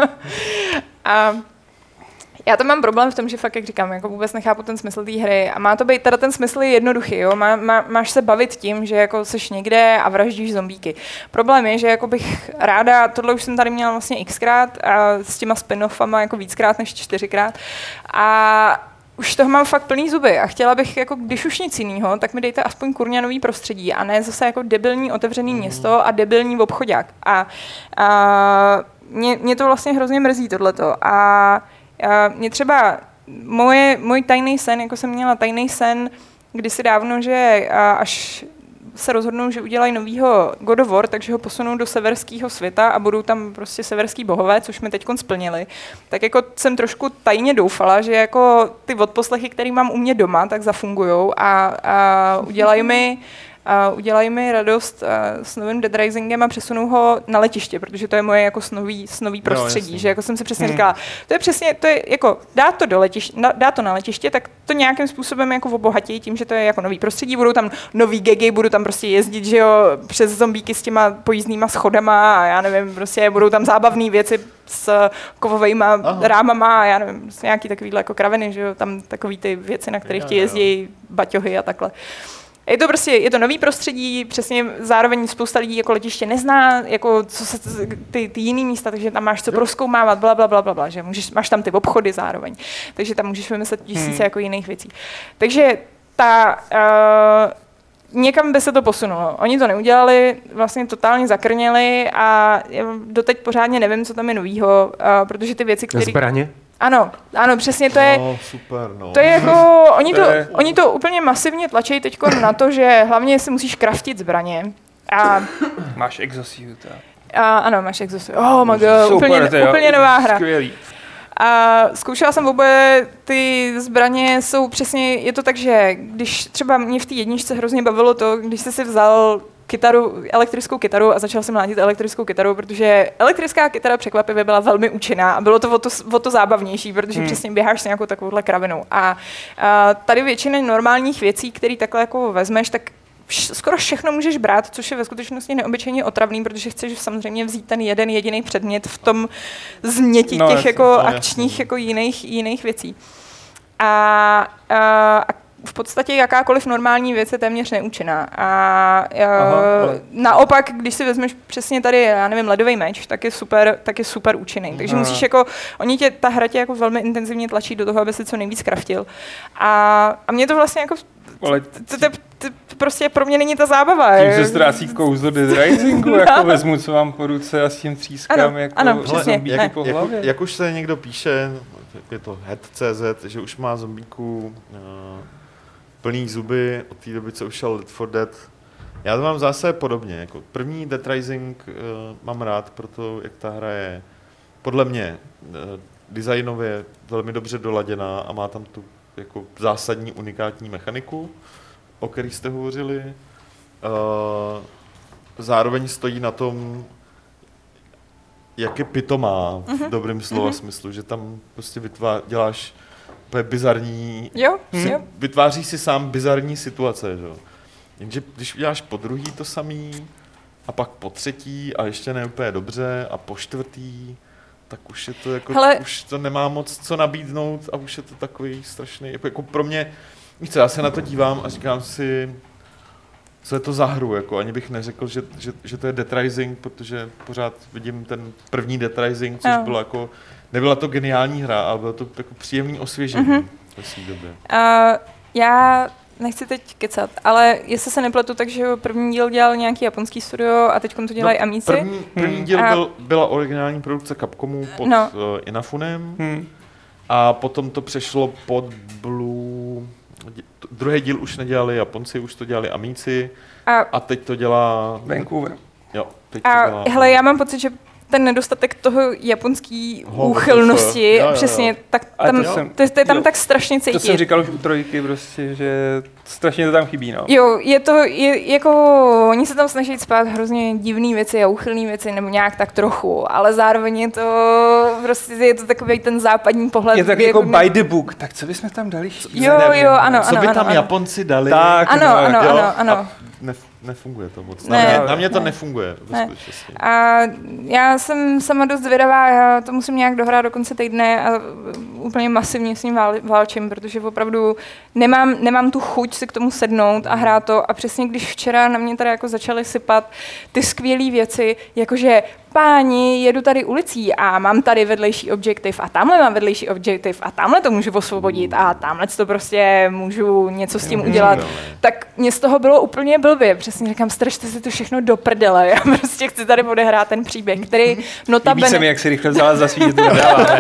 A já tam mám problém v tom, že fakt, jak říkám, jako vůbec nechápu ten smysl té hry a má to být, teda ten smysl je jednoduchý, jo? Má, má, máš se bavit tím, že jako seš někde a vraždíš zombíky. Problém je, že jako bych ráda, tohle už jsem tady měla vlastně xkrát a s těma spin-offama jako víckrát než čtyřikrát a už toho mám fakt plný zuby a chtěla bych, jako když už nic jiného, tak mi dejte aspoň kurňa nový prostředí a ne zase jako debilní otevřený město a debilní obchodák. A, a mě, mě to vlastně hrozně mrzí tohleto. A, a mě třeba, moje, můj tajný sen, jako jsem měla tajný sen kdysi dávno, že až se rozhodnou, že udělají novýho God of War, takže ho posunou do severského světa a budou tam prostě severský bohové, což mi teďkon splnili. Tak jako jsem trošku tajně doufala, že jako ty odposlechy, které mám u mě doma, tak zafungujou a, a udělají mi a udělají mi radost uh, s novým Dead Risingem a přesunou ho na letiště, protože to je moje jako snový, snový prostředí, no, že jako jsem si přesně hmm. říkala, to je přesně, to je jako dát to do letiště, dát to na letiště, tak to nějakým způsobem jako obohatí tím, že to je jako nový prostředí, budou tam nový gegy, budu tam prostě jezdit, že jo, přes zombíky s těma pojízdnýma schodama a já nevím, prostě budou tam zábavné věci s kovovejma Aha. rámama a já nevím, prostě nějaký takovýhle jako kraviny, že jo, tam takový ty věci, na kterých ti jezdí baťohy a takhle. Je to prostě, je to nový prostředí, přesně zároveň spousta lidí jako letiště nezná, jako co se ty, ty jiný místa, takže tam máš co prozkoumávat, bla, bla, bla, bla, bla, že můžeš, máš tam ty obchody zároveň, takže tam můžeš vymyslet tisíce hmm. jako jiných věcí. Takže ta, uh, někam by se to posunulo. Oni to neudělali, vlastně totálně zakrněli a doteď pořádně nevím, co tam je novýho, uh, protože ty věci, které... Zbraně? Ano, ano, přesně to je, no, super, no. to je jako, oni to, oni to úplně masivně tlačí teďko na to, že hlavně si musíš kraftit zbraně. A, máš exosuit. A, ano, máš exosuit. Oh my god, úplně, úplně nová hra. Skvělý. A zkoušela jsem oboje, ty zbraně jsou přesně, je to tak, že když třeba mě v té jedničce hrozně bavilo to, když jsi si vzal kytaru, elektrickou kytaru a začal jsem mlátit elektrickou kytaru, protože elektrická kytara překvapivě byla velmi účinná a bylo to o to, o to zábavnější, protože hmm. přesně běháš s nějakou takovouhle kravinou. A, a tady většina normálních věcí, které takhle jako vezmeš, tak vš- skoro všechno můžeš brát, což je ve skutečnosti neobyčejně otravný, protože chceš samozřejmě vzít ten jeden jediný předmět v tom změti no, těch jasný, jako no, akčních jako jiných, jiných věcí. A, a, a v podstatě jakákoliv normální věc je téměř neúčinná. A Aha, ale... naopak, když si vezmeš přesně tady, já nevím, ledový meč, tak je super, tak je super účinný. Takže Aha. musíš jako, oni tě, ta hra tě jako velmi intenzivně tlačí do toho, aby si co nejvíc kraftil. A, a mě to vlastně jako, Ale to, to, to, to prostě pro mě není ta zábava. tím se ztrácí kouzlo Dead Risingu, jako vezmu, co vám po ruce a s tím třískám, Ano, jako ano, přesně. zombíky Ne. po Jak, hlavě. jak už se někdo píše, je to head tečka cé zet, že už má zombíků uh, plný zuby od té doby, co už šel Left four Dead. Já to mám zase podobně. Jako první Dead Rising uh, mám rád, proto jak ta hra je podle mě uh, designově velmi dobře doladěná a má tam tu jako zásadní unikátní mechaniku, o který jste hovořili. Uh, zároveň stojí na tom, jak je pitomá v Mhm, dobrém slova mhm. smyslu, že tam prostě vytvá, děláš úplně bizarní, Jo, si, jo. vytváříš si sám bizarní situace, že? jo. Jenže když uděláš po druhý to samý a pak po třetí a ještě ne úplně dobře a po čtvrtý, tak už je to jako, Hele. už to nemá moc co nabídnout a už je to takový strašný, jako, jako pro mě, víš co, já se na to dívám a říkám si, co je to za hru, jako ani bych neřekl, že, že, že to je Dead Rising, protože pořád vidím ten první Dead Rising, což Jo. bylo jako, nebyla to geniální hra, ale bylo to jako příjemný osvěžení Mhm. ve své době. Uh, já nechci teď kecat, ale jestli se nepletu, takže první díl dělal nějaký japonský studio a teď to dělají No, Amici. První, první Hmm. díl A- byl, byla originální produkce Capcomu pod No. no. uh, Inafunem Hm. a potom to přešlo pod Blue. Dě- Druhý díl už nedělali Japonci, už to dělali Amici A, a teď to dělá... Vancouver. Jo, teď to a dělá... hele, já mám pocit, že ten nedostatek toho japonský Ho, úchylnosti, jo, jo, jo. přesně, tak A tam, to jsem- to, to je tam jo. tak strašně cítit. To jsem říkal už u trojky prostě, že strašně to tam chybí, no. Jo, je to, je, jako, oni se tam snaží spát hrozně divné věci a uchylné věci, nebo nějak tak trochu, ale zároveň je to, prostě je to takový ten západní pohled. Je to tak kdy jako ne- by the book, tak co bychom tam dali? Jo, Nevím. jo, ano, Co ano, by ano, tam ano. Japonci dali? Tak, Ano, no, ano, jo, ano, ano. A nef, nefunguje to moc. Na, Ne. mě, na mě to Ne. nefunguje. ve Ne. skutečnosti. A já jsem sama dost zvědavá, já to musím nějak dohrát do konce týdne a úplně masivně s ním vál, válčím, protože opravdu nemám, nemám tu chuť si k tomu sednout a hrát to a přesně když včera na mě tady jako začaly sypat ty skvělé věci, jakože páni, jedu tady ulicí a mám tady vedlejší objektiv a tamhle mám vedlejší objektiv a tamhle to můžu osvobodit a tamhle to prostě můžu něco s tím udělat, tak mě z toho bylo úplně blbě. Přesně říkám, strašte si to všechno do prdele. Já prostě chci tady odehrát ten příběh, který Líbí se notabene, mi, jak si rychle vzala za svítě, to nedává, ne?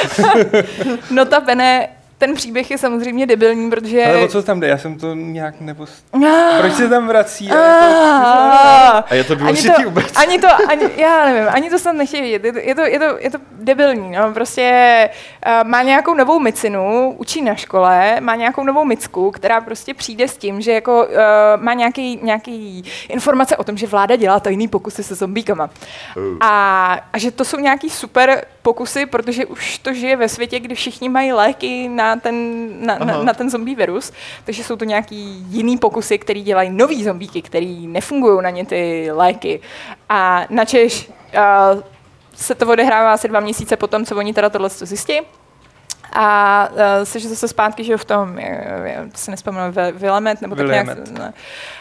notabene ten příběh je samozřejmě debilní, protože... Ale o co tam jde? Já jsem to nějak nepost... Ah, Proč se tam vrací? A ah, A je to ani důležitý to, vůbec? ani to, ani, já nevím, ani to snad nechtějí vidět. Je to, je to, je to, je to debilní, no. Prostě uh, má nějakou novou micinu, učí na škole, má nějakou novou micku, která prostě přijde s tím, že jako uh, má nějaký, nějaký informace o tom, že vláda dělá tajný pokusy se zombíkama. Uh. A, a že to jsou nějaký super pokusy, protože už to žije ve světě, kdy všichni mají léky na ten, na, na, na ten zombie virus, takže jsou to nějaký jiný pokusy, který dělají nový zombíky, který nefungují na ně ty léky. A načež uh, se to odehrává asi dva měsíce potom, co oni teda tohle zjistí. A uh, jsi zase zpátky, že jo, v tom, já se nespomínám, Willamette, nebo tak nějak. Ne.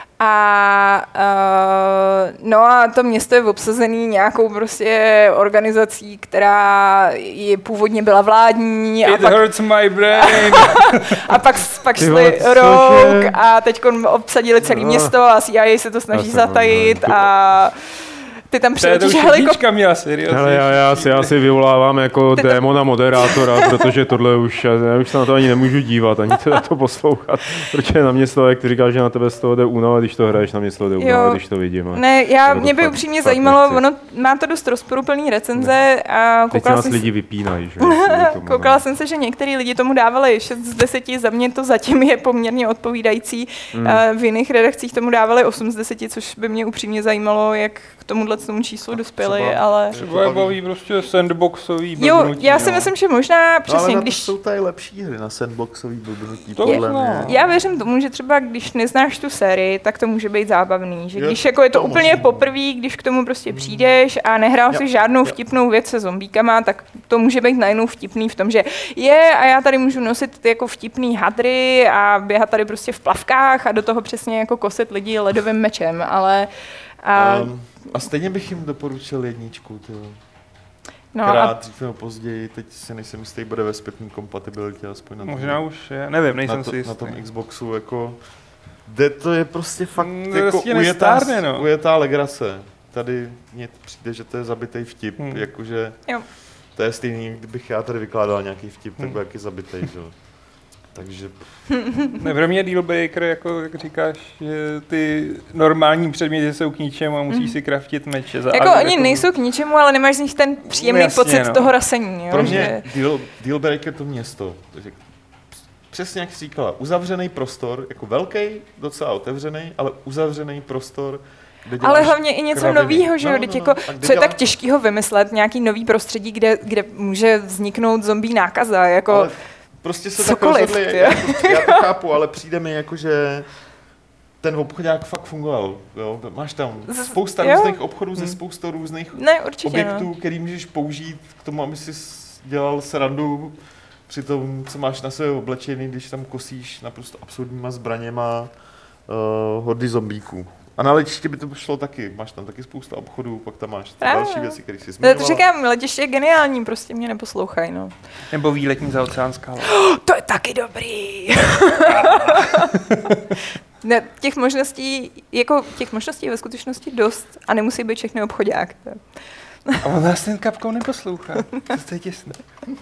A uh, no a to město je obsazený nějakou prostě organizací, která je původně byla vládní. A It pak, hurts my brain. a pak, pak Ty šli vole, rouk cože? a teď obsadili celé No. město a C I A se to snaží Já jsem- zatajit a ty tam To je to přiletíš už helikopter. jednička měla, seriózně. Hele, já, já, si, já si vyvolávám jako démona moderátora, protože tohle už, já, já už se na to ani nemůžu dívat, ani to, to poslouchat, protože na mě z toho, jak ty říkáš, že na tebe z toho jde únava, když to hraješ, na mě z toho jde únava, Jo. když to vidím. A Ne, já, Já to mě by fakt- upřímně fakt zajímalo, nechci. ono má to dost rozporuplný recenze a Teď se koukala nás jsem, lidi vypínají, že? kvůli tomu, no. koukala jsem se, že některý lidi tomu dávali šest z deseti, za mě to zatím je poměrně odpovídající. Hmm. Mm. V jiných redakcích tomu dávali osm z deseti, což by mě upřímně zajímalo, jak k tomuhle tomu číslu dospěli, třeba- ale... Třeba je baví prostě sandboxový Jo, blbnutí, já si no. myslím, že možná No, přesně, ale na to když... jsou tady lepší hry na sandboxový blbnutí, To podle možná. mě. Já věřím tomu, že třeba když neznáš tu sérii, tak to může být zábavný. Že Je když jako je to to úplně možný. poprvé, když k tomu prostě přijdeš a nehrál Jo, si žádnou jo. vtipnou věc se zombíkama, tak to může být najednou vtipný v tom, že je a já tady můžu nosit ty jako vtipný hadry a běhat tady prostě v plavkách a do toho přesně jako kosit lidi ledovým mečem, ale... A, Um, a stejně bych jim doporučil jedničku, ty. no Krát, a dřív nebo později, teď si nejsem jistý, bude ve zpětné kompatibilitě, aspoň na tom, Možná už je, nevím, nejsem na, to, si jistý. na tom Xboxu, jako, kde to je prostě fakt Mm, jako prostě ujetá, nestárne, no. ujetá legrace. Tady mně přijde, že to je zabitej vtip, Hmm. jakože jo. to je stejný, kdybych já tady vykládal nějaký vtip, tak Hmm. byl jaký zabitej, že jo. Takže Ne, pro mě deal breaker, jako jak říkáš, že ty normální předměty jsou k ničemu a musíš Mhm. si kraftit meče. Za, Jako a- oni nejsou k ničemu, ale nemáš z nich ten příjemný Jasně, pocit no. toho rasení. Jo, pro že... mě deal, deal breaker to město. Takže přesně jak jsi říkala, uzavřený prostor, jako velký, docela otevřený, ale uzavřený prostor, kde děláš Ale hlavně i něco kraviny. novýho, že jo, No, teď no, jako, no. A kde co je dělá- tak těžkýho vymyslet, nějaký nový prostředí, kde, kde může vzniknout zombie nákaza, jako... Ale prostě se tak cokoliv, rozhodli, ty. já to, já to chápu, ale přijde mi jako, že ten obchodák fakt fungoval. Jo? Máš tam Z- spousta jo. různých obchodů ze Hmm. spoustou různých Ne, určitě, objektů, no. který můžeš použít k tomu, aby si s- dělal srandu při tom, co máš na sebe oblečený, když tam kosíš naprosto absurdníma zbraněma uh, hordy zombíků. A na letišti by to šlo taky. Máš tam taky spousta obchodů, pak tam máš ty Právě. další věci, které si To zmiňovala. říkám, letiště je geniální, prostě mě neposlouchají, no. Nebo výletní za oceánská loď. To je taky dobrý. Ne, těch možností, jako těch možností je ve skutečnosti dost a nemusí být všechny obchodák. To je- A on nás ten kapkou neposlouchá. To je těsné.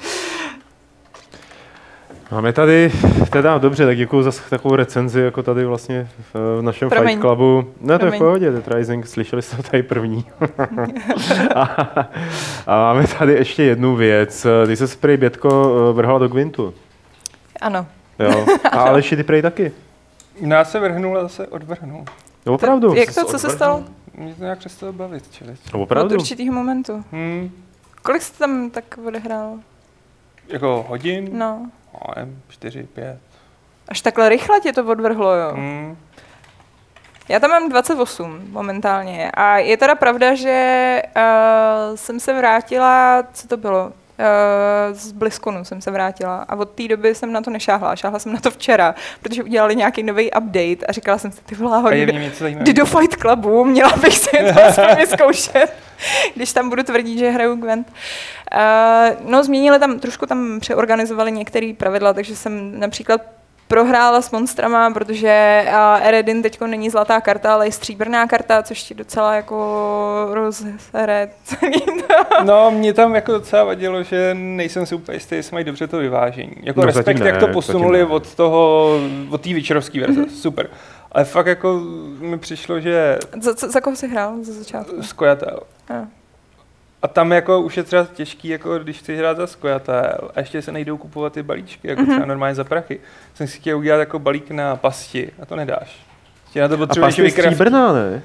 Máme tady, teda dobře, tak děkuji za takovou recenzi, jako tady vlastně v, v našem Promiň. Fight Clubu. Ne, to je v Promiň. pohodě, Dead Rising, slyšeli jste to tady první. a, a máme tady ještě jednu věc. Ty se prej Bětko vrhala do Gwintu. Ano. Jo. A Aleši, ty prej taky. Nás se vrhnul a zase odvrhnul. No, opravdu. Jak to, se co se odvrhnul? stalo? Mě to nějak přestalo bavit, člověk. No, Od opravdu. určitého momentu. Hmm. Kolik jste tam tak odehrál? Jako hodin? No. No, nevím, čtyři, pět. Až takhle rychle tě to odvrhlo, jo. Hmm. Já tam mám dvacet osm momentálně a je teda pravda, že uh, jsem se vrátila, co to bylo? Uh, z BlizzConu jsem se vrátila a od té doby jsem na to nešáhla. Šáhla jsem na to včera, protože udělali nějaký nový update a říkala jsem si, ty vole, A je jdu, mě něco jdu zajímavého. do Fight Clubu, měla bych si to aspoň vyzkoušet, když tam budu tvrdit, že hraju Gwent. Uh, no, změnili tam, trošku tam přeorganizovali některé pravidla, takže jsem například prohrála s monstrama, protože uh, Eredin teďko není zlatá karta, ale je stříbrná karta, což ti docela jako rozsere celý to. No, mě tam jako docela vadilo, že nejsem si úplně jistý, jestli mají dobře to vyvážení. Jako No, respekt, zatím jak ne, to posunuli zatím ne. od toho, od té Witcherovské verze, super. Ale fakt jako mi přišlo, že Za, za, za koho jsi hrál ze začátku? Skojatel. A. A tam jako už je třeba těžký, jako když chci hrát za Skojatel a ještě se nejdou kupovat ty balíčky, jako Mhm. třeba normálně za prachy. Jsem si chtěl udělat jako balík na pasti a to nedáš. Ještě na to A potřebuješ pasti je vykraftit. stříbrná, ne?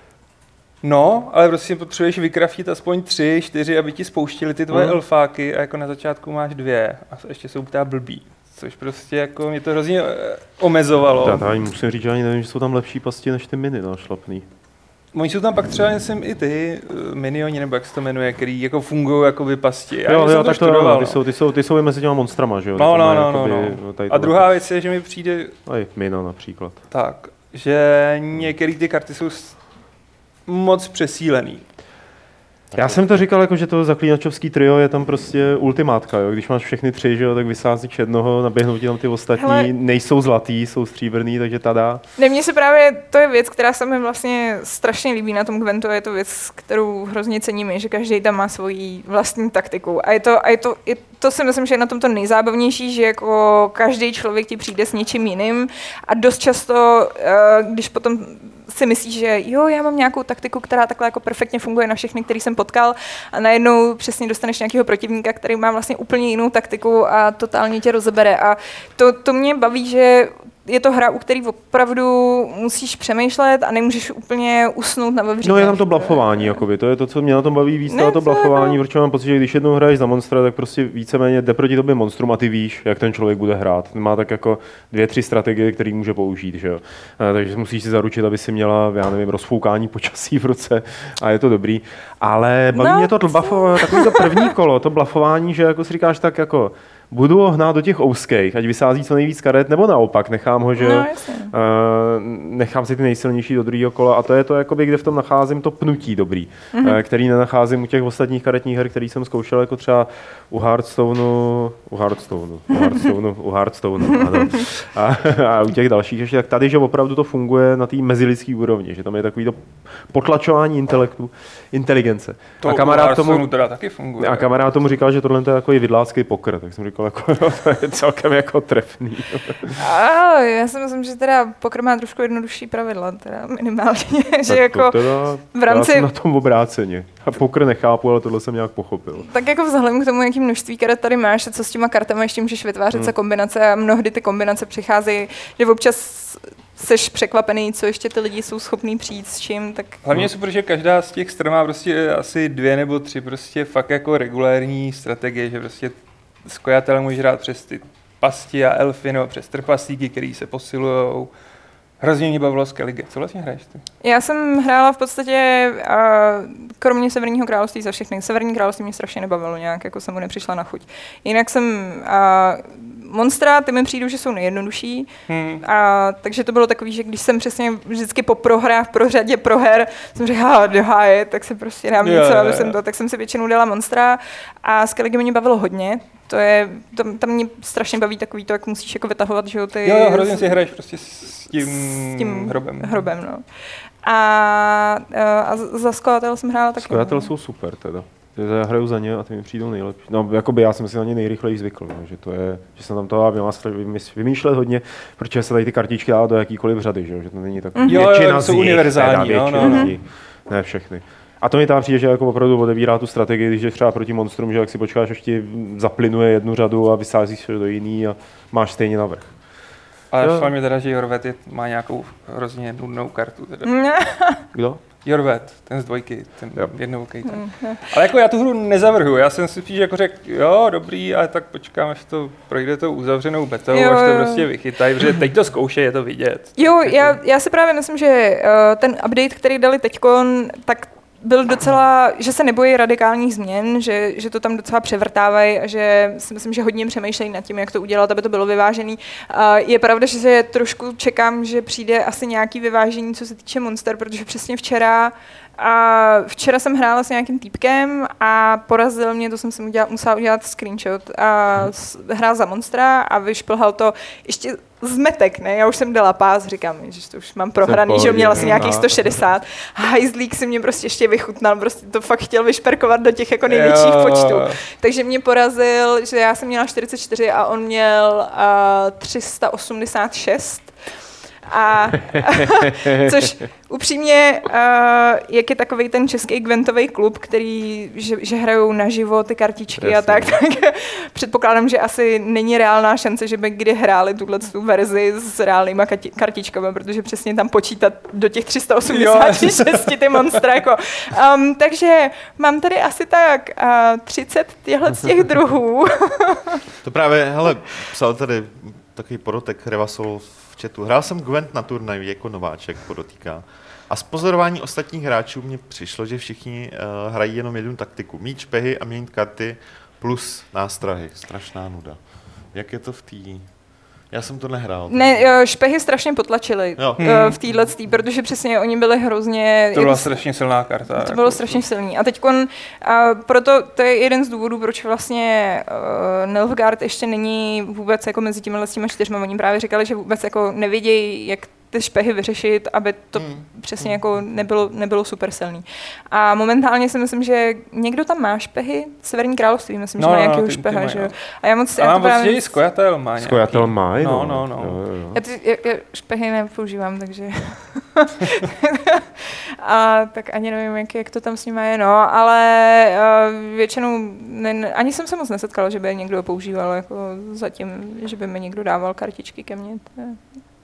No, ale prostě potřebuješ vykraftit aspoň tři, čtyři, aby ti spouštili ty tvoje Mhm. elfáky a jako na začátku máš dvě a ještě jsou ptá blbý. Což prostě jako mě to hrozně eh, omezovalo. Já tady musím říct, že ani nevím, že jsou tam lepší pasti než ty mini našlapný. Oni jsou tam pak třeba, myslím, i ty uh, minioni, nebo jak se to jmenuje, který jako fungují jako by pasti. Já Jo, jsem jo, to tak to študoval, jo, ty no. jsou, ty jsou, ty jsou i mezi těma monstrama, že jo? No, Ty no, mají no, no, jakoby, no. tady A tohle. druhá věc je, že mi přijde Aj, Mino například. tak, že některé ty karty jsou s- moc přesílený. Já jsem to říkal, jako, že to zaklínačovský trio je tam prostě ultimátka, jo? Když máš všechny tři, že jo, tak vysázíš jednoho, naběhnou ti tam ty ostatní, Hele. nejsou zlatý, jsou stříbrný, takže tada. Ne, mně se právě, to je věc, která se mi vlastně strašně líbí na tom Gwentu, a je to věc, kterou hrozně cením, je, že každý tam má svoji vlastní taktiku. A je to, a je to, je, to si myslím, že je na tom to nejzábavnější, že jako každý člověk ti přijde s něčím jiným a dost často, eh, když potom si myslíš, že jo, já mám nějakou taktiku, která takhle jako perfektně funguje na všechny, který jsem potkal a najednou přesně dostaneš nějakého protivníka, který má vlastně úplně jinou taktiku a totálně tě rozebere. A to, to mě baví, že je to hra, u který opravdu musíš přemýšlet a nemůžeš úplně usnout na vevřínech. No je tam to blafování, jakoby. To je to, co mě na tom baví víc, ne, to blafování, protože mám pocit, že když jednou hraješ za monstra, tak prostě víceméně jde proti tobě monstrum a ty víš, jak ten člověk bude hrát. Má tak jako dvě, tři strategie, které může použít, že jo. Takže musíš si zaručit, aby si měla, já nevím, rozfoukání počasí v ruce a je to dobrý. Ale baví no, mě to blafo, takový to první kolo, to blafování, že jako si říkáš tak jako budu ho hnát do těch ouských, ať vysází co nejvíc karet, nebo naopak, nechám ho, že no, uh, nechám si ty nejsilnější do druhého kola a to je to, jakoby, kde v tom nacházím to pnutí dobrý, mm-hmm. uh, který nenacházím u těch ostatních karetních her, který jsem zkoušel, jako třeba u Hearthstoneu, u Hearthstoneu, u Hearthstoneu, u Hearthstoneu, ano. A, a u těch dalších ještě, tak tady, že opravdu to funguje na té mezilidské úrovni, že tam je takový to potlačování intelektu, inteligence. To a kamarád tomu, teda taky funguje. A kamarád tomu říkal, že tohle je jako i vidlácký poker, tak jsem říkal, jako, to je celkem jako trefný. A já si myslím, že teda poker má trošku jednodušší pravidla, teda minimálně, že jako teda, v rámci... Já jsem na tom obráceně. A poker nechápu, ale tohle jsem nějak pochopil. Tak jako vzhledem k tomu, jaký množství karet tady máš a co s těma kartama ještě můžeš vytvářet hmm. se kombinace a mnohdy ty kombinace přicházejí, že občas seš překvapený, co ještě ty lidi jsou schopní přijít s čím, tak... Hlavně je super, že každá z těch stran má prostě asi dvě nebo tři prostě fakt jako regulérní strategie, že prostě skojatele můžeš hrát přes ty pasti a elfy nebo přes trpaslíky, který se posilujou. Hrozně mě bavilo Skellige. Co vlastně hraješ ty? Já jsem hrála v podstatě uh, kromě Severního království za všechny. Severní království mě strašně nebavilo nějak, jako jsem mu nepřišla na chuť. Jinak jsem uh, monstra, ty mi přijdu, že jsou nejjednodušší. Hmm. A, takže to bylo takový, že když jsem přesně vždycky po prohrách, pro řadě proher, jsem řekla, doháje, tak se prostě dám něco, yeah, aby jsem to, tak jsem si většinou dala monstra. A Skellige mě bavilo hodně. To je, tam, tam mě strašně baví takový to, jak musíš jako vytahovat, že jo, ty... Jo, jo, hrozně si hraješ prostě s tím, s tím hrobem. hrobem, no. A, a za Skojatel jsem hrála taky. Skojatel jsou super teda. Já hraju za ně a ty mi přijdou nejlepší. No, jakoby já jsem si na ně nejrychleji zvykl, no, že to je, že jsem tam toho měl vymýšlet hodně, protože se tady ty kartičky dá do jakýkoliv řady, že, že to není tak mm-hmm. většina jo, jsou univerzální, teda, no, no, no. Ne všechny. A to mi tam přijde, že jako opravdu odebírá tu strategii, když jdeš třeba proti monstrum, že jak si počkáš, až ti zaplynuje jednu řadu a vysázíš se do jiný a máš stejně navrch. Ale hlavně teda, že Jorvet je, má nějakou hrozně nudnou kartu. Teda. Kdo? Jorvet, ten z dvojky, ten jednoukej. Ten. Ale jako já tu hru nezavrhu, já jsem si spíš jako řekl, jo, dobrý, ale tak počkám, až to projde tou uzavřenou betou, jo, až to jo. prostě vychytají, protože teď to zkoušej, je to vidět. Jo, já, já si právě myslím, že uh, ten update, který dali teďkon, tak byl docela, že se nebojí radikálních změn, že, že to tam docela převrtávají a že si myslím, že hodně přemýšlejí nad tím, jak to udělat, aby to bylo vyvážený. Uh, je pravda, že se trošku čekám, že přijde asi nějaký vyvážení, co se týče monster, protože přesně včera a včera jsem hrála s nějakým týpkem a porazil mě, to jsem si udělala, musela udělat screenshot a hrál za monstra a vyšplhal to ještě zmetek, ne? Já už jsem dala pás, říkám, že to už mám prohraný, že měla asi nějakých sto šedesát. Hajzlík si mě prostě ještě vychutnal, prostě to fakt chtěl vyšperkovat do těch jako největších počtů. Takže mě porazil, že já jsem měla čtyřicet čtyři a on měl uh, tři sta osmdesát šest. A což upřímně, uh, jak je takovej ten český Gwentový klub, který, že, že hrajou naživo ty kartičky Presně. a tak, tak předpokládám, že asi není reálná šance, že by kdy hráli tuhle verzi s reálnýma kartičkami, protože přesně tam počítat do těch tři sta osmdesát šest ty monstra. Jako. Um, takže mám tady asi tak uh, třicet těchhle z těch druhů. To právě, hele, psal tady takový podotek Revasol v chatu. Hrál jsem Gwent na turnaji jako nováček, podotýká. A z pozorování ostatních hráčů mně přišlo, že všichni uh, hrají jenom jednu taktiku. Mít špehy a měnit karty plus nástrahy. Strašná nuda. Jak je to v té... Já jsem to nehrál. Ne, špehy strašně potlačili jo. v téhle, protože přesně oni byli hrozně... To byla strašně silná karta. To jako bylo strašně silný. A teďkon, a proto to je jeden z důvodů, proč vlastně uh, Nilfgaard ještě není vůbec jako mezi těmi těmi čtyřma. Oni právě říkali, že vůbec jako nevědějí, jak ty špehy vyřešit, aby to hmm. přesně jako nebylo, nebylo super silný. A momentálně si myslím, že někdo tam má špehy, Severní království, myslím, no, že má no, nějakého špeha, že jo. A já moc... A mám právě... vlastně i Skojatel má nějaký. Skojatel má, no. No, no, no. Jo, jo. Já, ty, já, já špehy nepoužívám, takže... a tak ani nevím, jak, jak to tam s nimi je, no, ale uh, většinou ne, ani jsem se moc nesetkala, že by někdo používal jako zatím, že by mi někdo dával kartičky ke mně.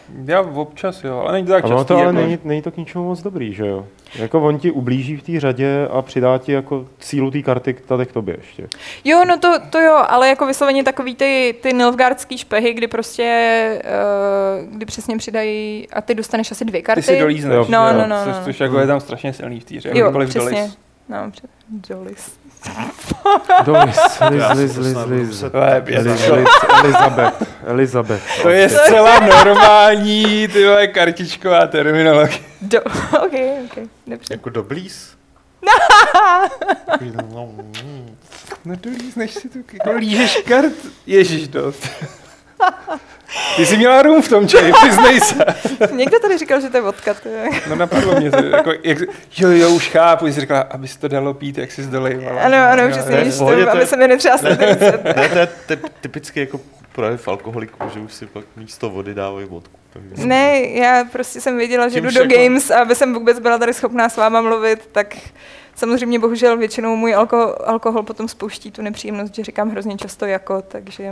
Já občas jo, ale není to tak A ono častý. to ale jako- není, není to k ničemu moc dobrý, že jo? Jako on ti ublíží v té řadě a přidá ti jako sílu té karty tady k tobě ještě. Jo, no to, to jo, ale jako vysloveně takový ty, ty Nilfgaardský špehy, kdy prostě, uh, kdy přesně přidají a ty dostaneš asi dvě karty. Ty si dolízneš. No, jo, no, no, což, no. což jako je tam strašně silný v té hře. Jo, Jakýkoliv přesně. dolis. No, před, dolis. Dolis, liz, Já si liz, to liz, snad liz. muset- To je pět. Liz, liz, Elizabeth, Elizabeth. To je zcela normální, ty vole, kartičková terminologie. Do, ok, ok, dobře. Jako do blíz? No, mm. No dolízneš si tu, jako lížeš kart. Ježiš dost. Ty jsi měla rum v tom čaji, přiznej se. Někdo tady říkal, že to je vodka. To je. No napadlo mě to, jako, jak, jo, jo, už chápu, jsi říkala, aby se to dalo pít, jak jsi zdolejvala. Ano, ano, Jo, přesně, jo, víš, pohodě, to, to aby je- se mi netřáslo. Ne, to je typ, typicky jako projev alkoholiků, že už si pak místo vody dávají vodku. Takže- Ne, já prostě jsem věděla, že Tím jdu do všechno- Games a aby jsem vůbec byla tady schopná s váma mluvit, tak samozřejmě bohužel většinou můj alko, alkohol potom spouští tu nepříjemnost, že říkám hrozně často jako, takže...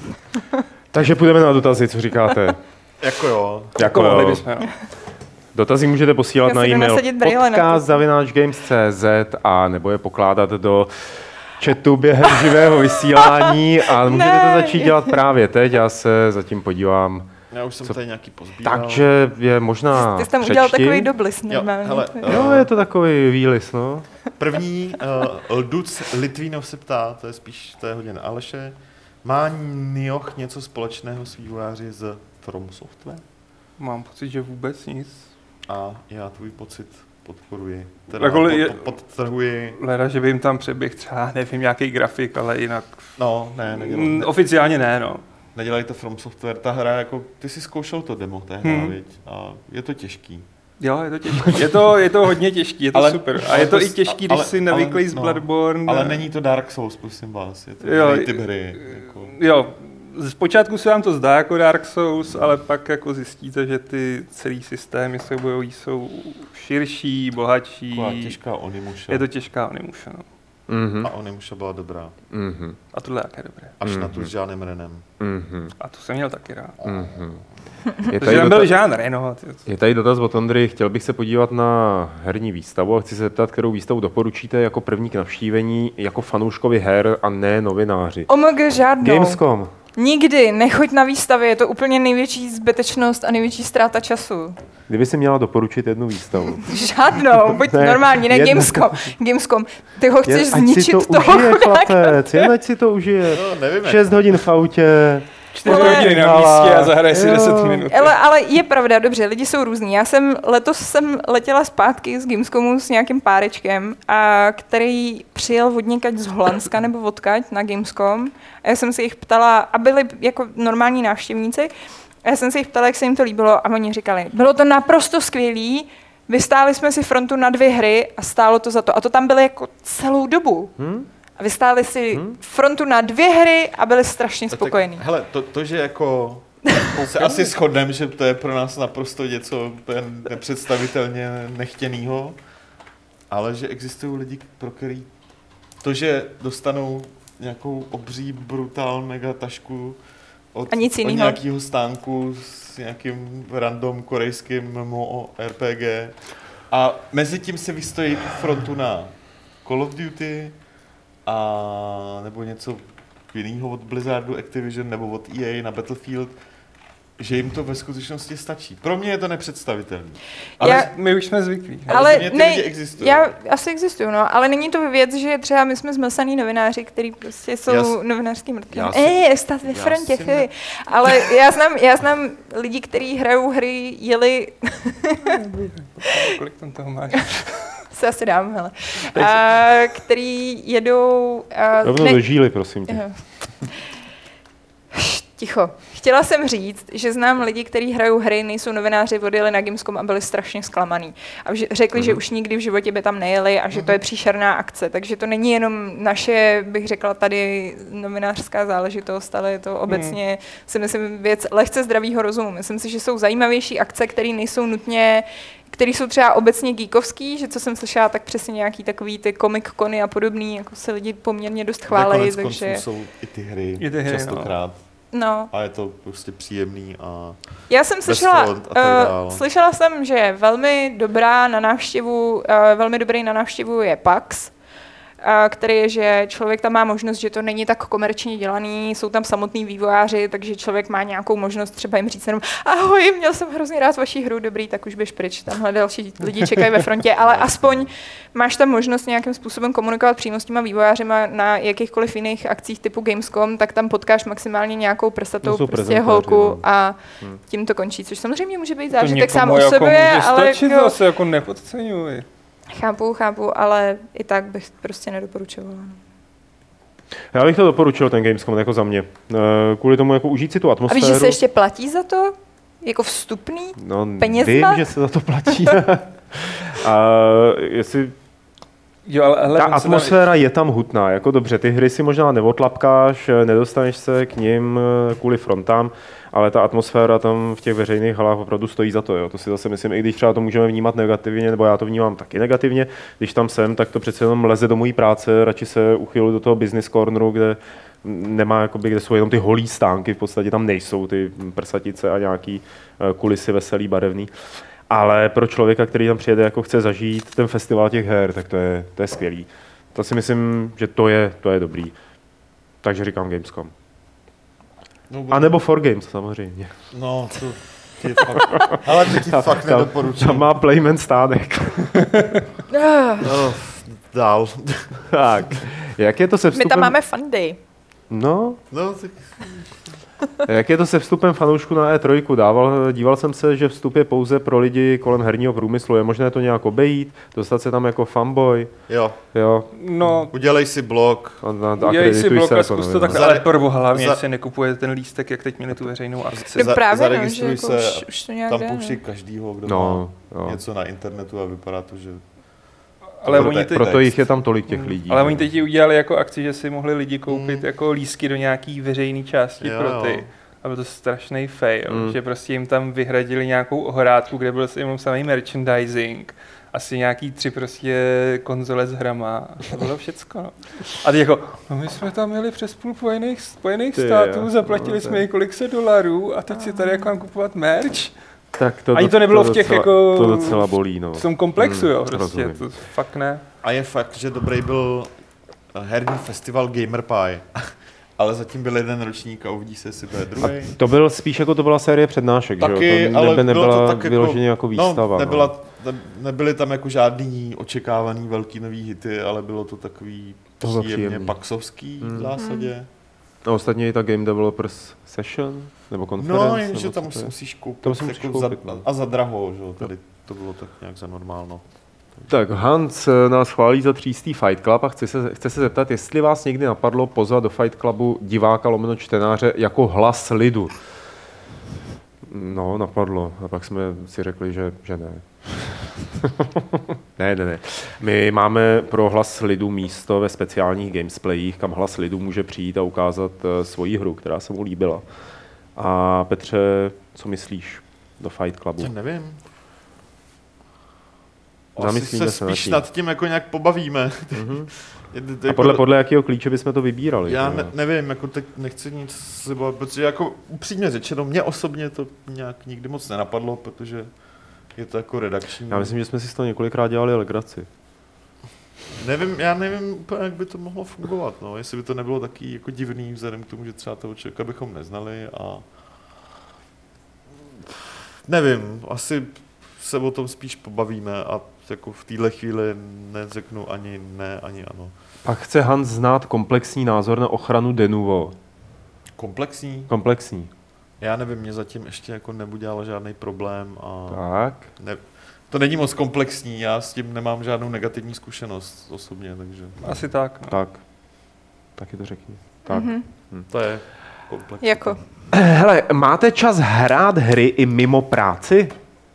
Takže půjdeme na dotazy, co říkáte? Jako jo. Jako mohli bychom, jo. Dotazy můžete posílat Já na si jdu e-mail nasadit brýle na to. podcast zavináč games tečka cé zet a nebo je pokládat do chatu během živého vysílání a můžete to Ne. začít dělat právě teď. Já se zatím podívám. Já už jsem Co- tady nějaký pozbíral. Takže je možná Ty jsi tam udělal přečti. takový doblis Jo, normálně. hele, To je- Jo, je to takový výlis, no. První, uh, Lduc Litvínov se ptá, to je spíš, to je hodně na Aleše. Má Nioh něco společného s vývojáři z From Software? Mám pocit, že vůbec nic. A já tvůj pocit podporuji. Teda Jako pod, je- pod, podtrhuji. Leda, že by jim tam přeběh třeba, nevím, nějaký grafik, ale jinak. No, ne, nedělej, Mm, ne, oficiálně ne, no. nedělej to From Software. Ta hra, jako, ty jsi zkoušel to demo té hry, Hmm. viď? A je to těžký. Jo, je to těžký. Je to, je to hodně těžký, je to Ale- super. A ale je to to i s- těžký, ale- když jsi ale- navyklý z no. Bloodborne. Ale není to Dark Souls, prosím vás. Je to Jo, jiný typ hry. Jako. Jo, zpočátku se vám to zdá jako Dark Souls, ale pak jako zjistíte, že ty celý systémy soubojový jsou širší, bohatší. Taková těžká Onimusha. Je to těžká Onimusha, no. Mhm. A Onimusha byla dobrá. Mhm. A tohle jaké dobré. Až na Mhm. tu s žádným Renem. Mhm. A to jsem měl taky rád. Mhm. Je Protože tady, tam byl dotaz, žánr, no. ty- je tady dotaz od Ondry. Chtěl bych se podívat na herní výstavu a chci se zeptat, kterou výstavu doporučíte jako první k navštívení jako fanouškovi her a ne novináři. O M G žádnou. Gamescom. Nikdy, nechoď na výstavy, je to úplně největší zbytečnost a největší ztráta času. Kdyby si měla doporučit jednu výstavu. Žádnou, buď Ne, normální, ne jedno- Gamescom. Gamescom, ty ho chceš Jen ať si zničit to toho užije, chudáka. chlapec, jen ať si to užije. No, nevím, jak. Šest hodin v autě. Čtyři Ale- hodiny na Ale- místě a zahraje si jo. deset minut. Ale, ale je pravda, dobře, lidi jsou různí. Já jsem letos jsem letěla zpátky z Gamescomu s nějakým párečkem, a který přijel odněkať z Holandska nebo odkaď na Gamescom. A já jsem se jich ptala, a byli jako normální návštěvníci, a já jsem se jich ptala, jak se jim to líbilo, a oni říkali, bylo to naprosto skvělý, vystáli jsme si frontu na dvě hry a stálo to za to. A to tam byly jako celou dobu. Hm? A vystáli si Hmm. frontu na dvě hry a byli strašně Tak- spokojení. Hele, to, to, že jako se asi shodneme, že to je pro nás naprosto něco úplně nepředstavitelně nechtěnýho, ale že existují lidi, pro který to, že dostanou nějakou obří, brutál mega tašku od, A nic od jinýho. nějakého stánku s nějakým random korejským MMORPG a mezi tím se vystojí frontu na Call of Duty a nebo něco jiného od Blizzardu, Activision nebo od E A na Battlefield, že jim to ve skutečnosti stačí. Pro mě je to nepředstavitelné. Ale Já- my už jsme zvyklí. Ale Ale za mě ty ne, lidi existují. já asi existuju, no, ale není to věc, že třeba my jsme zmlsaný novináři, který prostě jsou Já s- novinářský mrtví. já si- Ej, stát ve já frontě, si fy. ne- Ale já znám, já znám lidi, kteří hrajou hry, jeli, Kolik tam toho máš? se asi dám, hele, a, který jedou... A, Rovnou do žíly, prosím tě. Jo. Šš, Ticho. Chtěla jsem říct, že znám lidi, kteří hrajou hry, nejsou novináři, odjeli na Gamescom a byli strašně zklamaný. A že- řekli, že už nikdy v životě by tam nejeli a že to je příšerná akce. Takže to není jenom naše, bych řekla, tady novinářská záležitost, ale je to obecně, si myslím, věc lehce zdravýho rozumu. Myslím si, že jsou zajímavější akce, které nejsou nutně který jsou třeba obecně geekovský, že co jsem slyšela, tak přesně nějaký takový ty comic kony a podobný, jako se lidi poměrně dost chválí, Konec takže... konců jsou i ty hry, I ty hry, častokrát. No. A je to prostě příjemný a Já jsem slyšela, font a tak dál. uh, slyšela jsem, že velmi dobrá na návštěvu, uh, velmi dobrý na návštěvu je PAX, uh, který je, že člověk tam má možnost, že to není tak komerčně dělaný, jsou tam samotní vývojáři, takže člověk má nějakou možnost třeba jim říct jenom ahoj, měl jsem hrozně rád vaši hru, dobrý, tak už běž pryč, tamhle další lidi čekají ve frontě, ale aspoň máš tam možnost nějakým způsobem komunikovat přímo s těma vývojářima na jakýchkoliv jiných akcích typu Gamescom, tak tam potkáš maximálně nějakou prsatou No, prostě holku no. a Hmm. tím to končí, což samozřejmě může být To zážitek sám někomu o jako sobě, může ale stačit, jako, zase jako nepodceňuji. chápu, chápu, ale i tak bych prostě nedoporučovala. Já bych to doporučil, ten Gamescom, jako za mě. Eh, Kvůli tomu jako užít si tu A atmosféru. víš, že se ještě platí za to? Jako vstupný? No, penězma? vím, že se za to platí. A jestli Jo, ale, ale ta on se tam- atmosféra je tam hutná, jako dobře, ty hry si možná neotlapkáš, nedostaneš se k ním kvůli frontám, ale ta atmosféra tam v těch veřejných halách opravdu stojí za to, jo. To si zase myslím, i když třeba to můžeme vnímat negativně, nebo já to vnímám taky negativně, když tam jsem, tak to přece jenom leze do mojí práce, radši se uchylu do toho business corneru, kde nemá, jakoby, kde jsou jenom ty holí stánky, v podstatě tam nejsou ty prsatice a nějaký kulisy veselý, barevný. Ale pro člověka, který tam přijede, jako chce zažít ten festival těch her, tak to je, to je skvělý. To si myslím, že to je, to je dobrý. Takže říkám Gamescom. No, A nebo For Games, samozřejmě. No, to ti fakt, ale to ti fakt Tam, nedoporučuji. tam má Playman stánek. Ah, No, dál. Tak, jak je to se My vstupem... tam máme fun day. No, No, tak jak je to se vstupem fanoušku na E tři? Dával, díval jsem se, že vstup je pouze pro lidi kolem herního průmyslu. Je možné to nějak obejít? Dostat se tam jako fanboy? jo, Jo. No, udělej si blog. A, a, a udělej si akredituj blok se a jako zkus to novinář. tak, Za- ale prvo hlavně za- si nekupuje ten lístek, jak teď měli tu veřejnou akci. No Za- právě, no, že zaregistruj jako se, už, už to nějak tam jde, no. pouští každýho, kdo No, má jo. něco na internetu a vypadá to, že... Ale Proto- oni teď, Proto jich je tam tolik těch lidí. ale že? oni teď ji udělali jako akci, že si mohli lidi koupit Mm. jako lístky do nějaký veřejné části Jo, pro ty. jo. A byl to strašný fail, Mm. že prostě jim tam vyhradili nějakou ohrádku, kde byl jenom samý merchandising, asi nějaký tři prostě konzole s hrama a to bylo všecko. No. A teď jako, no my jsme tam měli přes půl spojených, spojených Ty států, jo. zaplatili No, jsme tak. několik set dolarů a teď si tady jako mám kupovat merch. Tak to, Ani to nebylo v těch docela, jako- To docela bolí, no. V tom komplexu, Mm, jo, prostě, rozumím. to fakt ne. A je fakt, že dobrý byl herní festival Gamer Pie. Ale zatím byl jeden ročník a uvidí se, jestli bude druhý. To byl spíš jako to byla série přednášek, že Taky, jo? To ale nebe, bylo nebyla to tak vyloženě jako výstava. No, nebyla, ne, nebyly tam jako žádný očekávaný velký nový hity, ale bylo to takový To bylo příjemně příjemný. paxovský Mm. v zásadě. A ostatně i ta Game Developers Session, nebo konference. No, jenže nebo tam co už to je? musíš koupit, To si musíš jako koupit, za, no. a za draho, že jo, tady to bylo tak nějak za normálno. Tak Hans eh, nás chválí za třístý Fight Club a chce se, chce se zeptat, jestli vás někdy napadlo pozvat do Fight Clubu diváka lomeno čtenáře jako hlas lidu. No, napadlo. A pak jsme si řekli, že, že ne. ne, ne, ne. My máme pro hlas lidu místo ve speciálních gamesplayích, kam hlas lidu může přijít a ukázat eh, svoji hru, která se mu líbila. A Petře, co myslíš do Fight Clubu? Já nevím. Asi Zamyslíme se se nad spíš tím. nad tím jako nějak pobavíme. Mhm. Je to A jako- podle, podle jakého klíče bychom to vybírali? Já že ne, jo? nevím, jako teď nechci nic slibovat, protože jako upřímně řečeno, mě osobně to nějak nikdy moc nenapadlo, protože je to jako redakční. Já myslím, že jsme si z toho několikrát dělali legraci. Nevím, já nevím úplně, jak by to mohlo fungovat, no, jestli by to nebylo taky jako divný, vzhledem k tomu, že třeba toho člověka bychom neznali a nevím, asi se o tom spíš pobavíme a jako v téhle chvíli neřeknu ani ne, ani ano. Pak chce Hans znát komplexní názor na ochranu Denuvo. Komplexní? Komplexní. Já nevím, mě zatím ještě jako neudělal žádný problém a Tak. ne, to není moc komplexní, já s tím nemám žádnou negativní zkušenost osobně, takže Asi tak. No. Tak. Taky to řekni. Tak. Mhm. to je komplexní. Jako. Hele, máte čas hrát hry i mimo práci?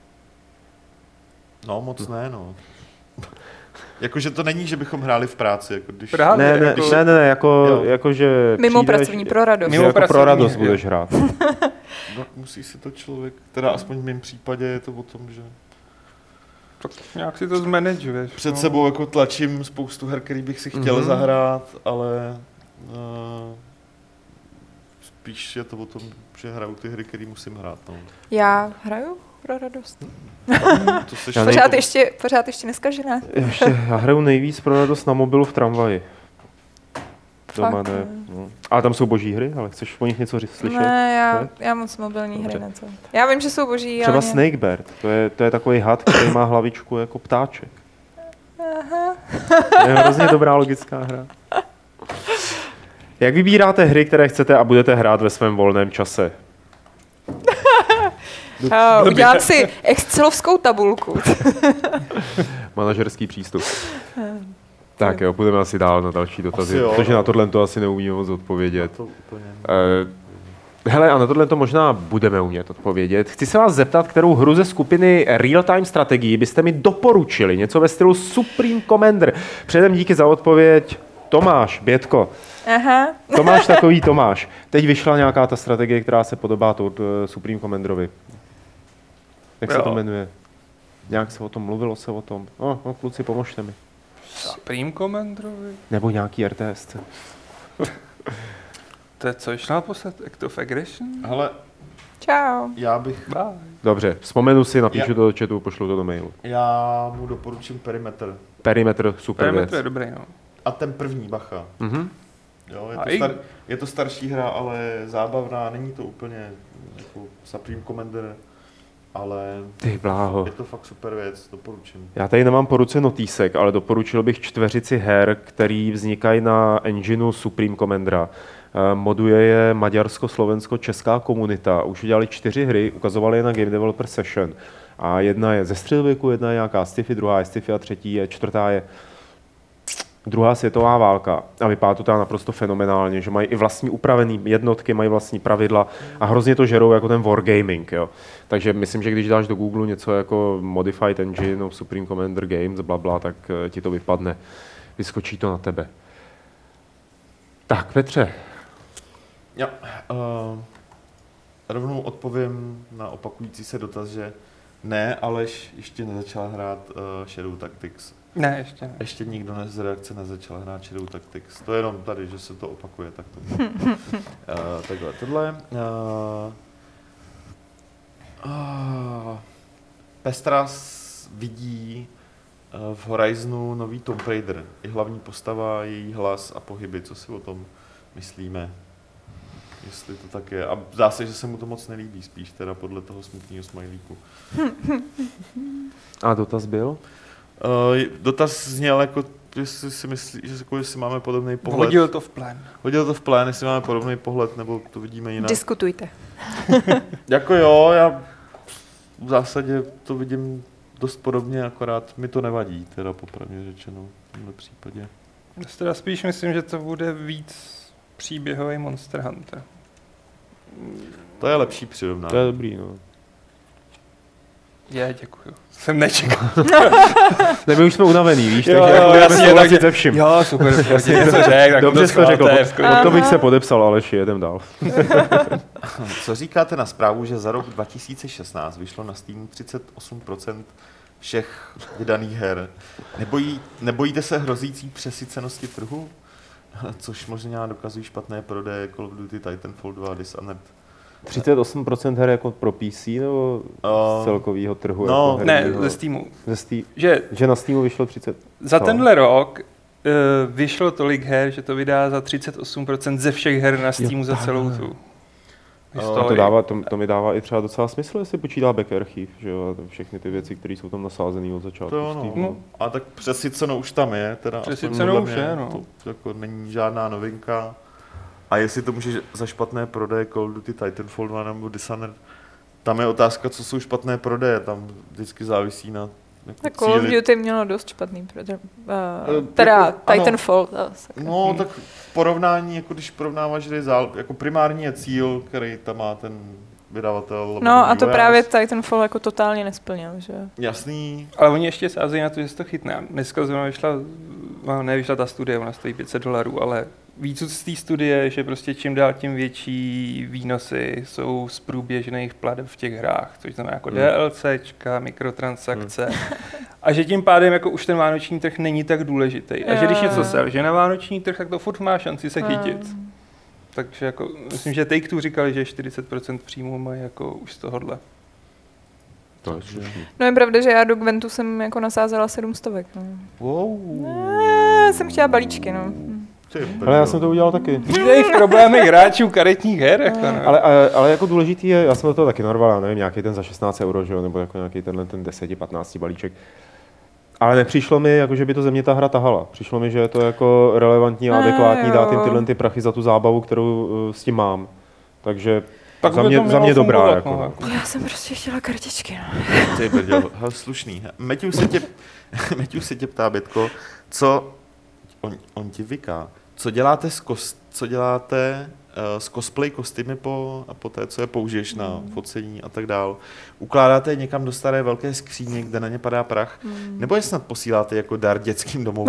No, moc ne, no. Jakože to není, že bychom hráli v práci, jako když... Právě, Ne, ne, jako- ne, ne, ne, jako, Jo. jako že Mimo přijdeš, pracovní pro radost. že Mimo jako pro pracovní, radost jo. budeš hrát. No, musí si to člověk, teda aspoň v mém případě je to o tom, že Tak nějak si to zmanaguješ. před no. sebou jako tlačím spoustu her, který bych si chtěl Mhm. zahrát, ale uh, spíš je to o tom, že hraju ty hry, které musím hrát. No. Já hraju pro radost. To seš Já Pořád nejdu- ještě, pořád ještě neskažená. Ještě, já hraju nejvíc pro radost na mobilu v tramvaji. Doma Fakt, ne. ne. No. A tam jsou boží hry, ale chceš o nich něco ři- slyšet? Ne, já, Ne? já moc mobilní Dobře. hry neco. Já vím, že jsou boží, Třeba ale... Snakebird, to je, to je takový had, který má hlavičku jako ptáček. Aha. To je hrozně dobrá logická hra. Jak vybíráte hry, které chcete a budete hrát ve svém volném čase? Uh, udělat si excelovskou tabulku. Manažerský přístup. Tak jo, půjdeme asi dál na další dotazy, Asi jo, protože no. na tohle to asi neumíme moc odpovědět. to úplně... Uh, hele, a na tohle to možná budeme umět odpovědět. Chci se vás zeptat, kterou hru ze skupiny Real Time Strategy byste mi doporučili. Něco ve stylu Supreme Commander. Předem díky za odpověď. Tomáš, Bětko. Aha. Tomáš takový Tomáš. Teď vyšla nějaká ta strategie, která se podobá to od uh, Supreme Commanderovi. Jak se Jo. to jmenuje? Nějak se o tom mluvilo, se o tom. No, no kluci, pomožte mi. Supreme Commanderovi? Nebo nějaký R T S C. To je co, ještě naposled? Act of Aggression? Hele, Čau. já bych... Bye. Dobře, vzpomenu si, napíšu Já- to do chatu, pošlu to do mailu. Já mu doporučím Perimeter. Perimetr, super Perimetr je věc. dobrý, no. A ten první, bacha. Mhm. Jo, je, A to i- star, je to starší hra, ale zábavná, není to úplně jako Supreme Commander, ale Ty bláho. je to fakt super věc, doporučím. Já tady nemám po ruce notýsek, ale doporučil bych čtveřici her, který vznikají na engineu Supreme Commandera. Eh, Moduje je maďarsko-slovensko-česká komunita. Už udělali čtyři hry, ukazovali je na Game Developer Session. A jedna je ze středověku, jedna je nějaká sci-fi, druhá je sci-fi a třetí je, čtvrtá je druhá světová válka. A vypadá to tam naprosto fenomenálně, že mají i vlastní upravený jednotky, mají vlastní pravidla a hrozně to žerou jako ten wargaming. Jo. Takže myslím, že když dáš do Google něco jako Modified Engine of Supreme Commander Games, bla, bla, tak eh, ti to vypadne. Vyskočí to na tebe. Tak, Petře. Jo, uh, rovnou odpovím na opakující se dotaz, že ne, Aleš ještě nezačal hrát uh, Shadow Tactics. Ne, ještě ne. Ještě nikdo ne z redakce nezačal hrát Shadow Tactics. To je jenom tady, že se to opakuje. Tak to. uh, takhle, tohle. Uh, uh, Pestras vidí uh, v Horizonu nový Tomb Raider. I hlavní postava, její hlas a pohyby. Co si o tom myslíme? Jestli to tak je. A zdá se, že se mu to moc nelíbí, spíš teda podle toho smutného smajlíku. A dotaz byl? Uh, dotaz zněl jako, jestli si myslí, že jako, jestli máme podobný pohled. Hodil to v plán. Hodil to v plán, jestli máme podobný pohled, nebo to vidíme jinak. Diskutujte. Jako jo, já v zásadě to vidím dost podobně, akorát mi to nevadí, teda popravdě řečeno v tomhle případě. Já si teda spíš myslím, že to bude víc příběhový Monster Hunter. To je lepší přirovnání. To je dobrý, no. Je, děkuju. Jsem nečekal. Ne, my už jsme unavený, víš, Jo, takže jo, jako budeme jasně, souhlasit takže- se vším. Jo, super, prostě něco řek, tak Dobře to jsi to řekl, schválte, pod, v klidu. pod to bych Aha. se podepsal, Aleši, jedem dál. Co říkáte na zprávu, že za rok dva tisíce šestnáct vyšlo na Steam třicet osm procent všech vydaných her? Nebojí, nebojíte se hrozící přesycenosti trhu? Což možná dokazují špatné prodeje Call of Duty, Titanfall dva a Dishonored. třicet osm procent her jako pro P C nebo z Uh, celkového trhu? no, jako Ne, herního? ze Steamu. Ze Steam, Že že na Steamu vyšlo třicet. za Co? tenhle rok uh, vyšlo tolik her, že to vydá za třicet osm procent ze všech her na Steamu za celou tu A historii. to, dává, to, to mi dává i třeba docela smysl, jestli počítá back archive, že jo, a všechny ty věci, které jsou tam nasázené od začátku. To jo, no. Steamu. No. A tak přesyceno už tam je, teda aspoň Přesyceno podle už mě je, no. To jako není žádná novinka. A jestli to může za špatné prodeje Call of Duty, Titanfall dva nebo Dishonored, tam je otázka, co jsou špatné prodeje, tam vždycky závisí na jako Tak Call of cíli. Duty mělo dost špatný, protože, Eh, uh, teda jako, ano. Titanfall. To, sakra. No, tak v porovnání, jako když porovnáváš, že je zál, jako primární je cíl, který tam má ten vydavatel. No a to vývojář. právě Titanfall jako totálně nesplnil, že? Jasný. Ale oni ještě sázejí na to, že se to chytne. Dneska zrovna vyšla, no, nevyšla ta studie, ona stojí pět set dolarů, ale víc z té studie je, že prostě čím dál tím větší výnosy jsou z průběžných plateb v těch hrách, což znamená jako Hmm. DLCčka, mikrotransakce. A že tím pádem jako už ten vánoční trh není tak důležitý. A že když Jo, něco jo. selže na vánoční trh, tak to furt má šanci se chytit. Um, Takže jako, myslím, že Take-Two říkali, že čtyřicet procent příjmů mají jako už z tohohle. To je slušný. No je pravda, že já do Gwentu jsem jako nasázela sedm stovek. No. Wow. Ne, jsem chtěla balíčky, no. Ale já jsem to udělal taky. Jejich problémy hráčů karetních her. Jako, no. Ale, ale, ale jako důležitý je, já jsem do toho taky narval, nevím, nějaký ten za šestnáct euro, že jo, nebo jako nějaký tenhle ten deset patnáct balíček. Ale nepřišlo mi, jako, že by to ze mě ta hra tahala. Přišlo mi, že je to jako relevantní a adekvátní dát jim tyhle ty prachy za tu zábavu, kterou uh, s tím mám. Takže Pak za mě, za mě dobrá. Fungovat, Jako. no, jako. Já jsem prostě chtěla kartičky, no. Ty brděl, hele, slušný. Matthew se tě, Matthew se tě ptá, Bětko, co, on, on ti vyká, co děláte s, kos, co děláte uh, s cosplay kostýmy po, a poté, co je použiješ na Mm. focení a tak dál. Ukládáte je někam do staré velké skříně, kde na ně padá prach, Mm. nebo je snad posíláte jako dar dětským domovům?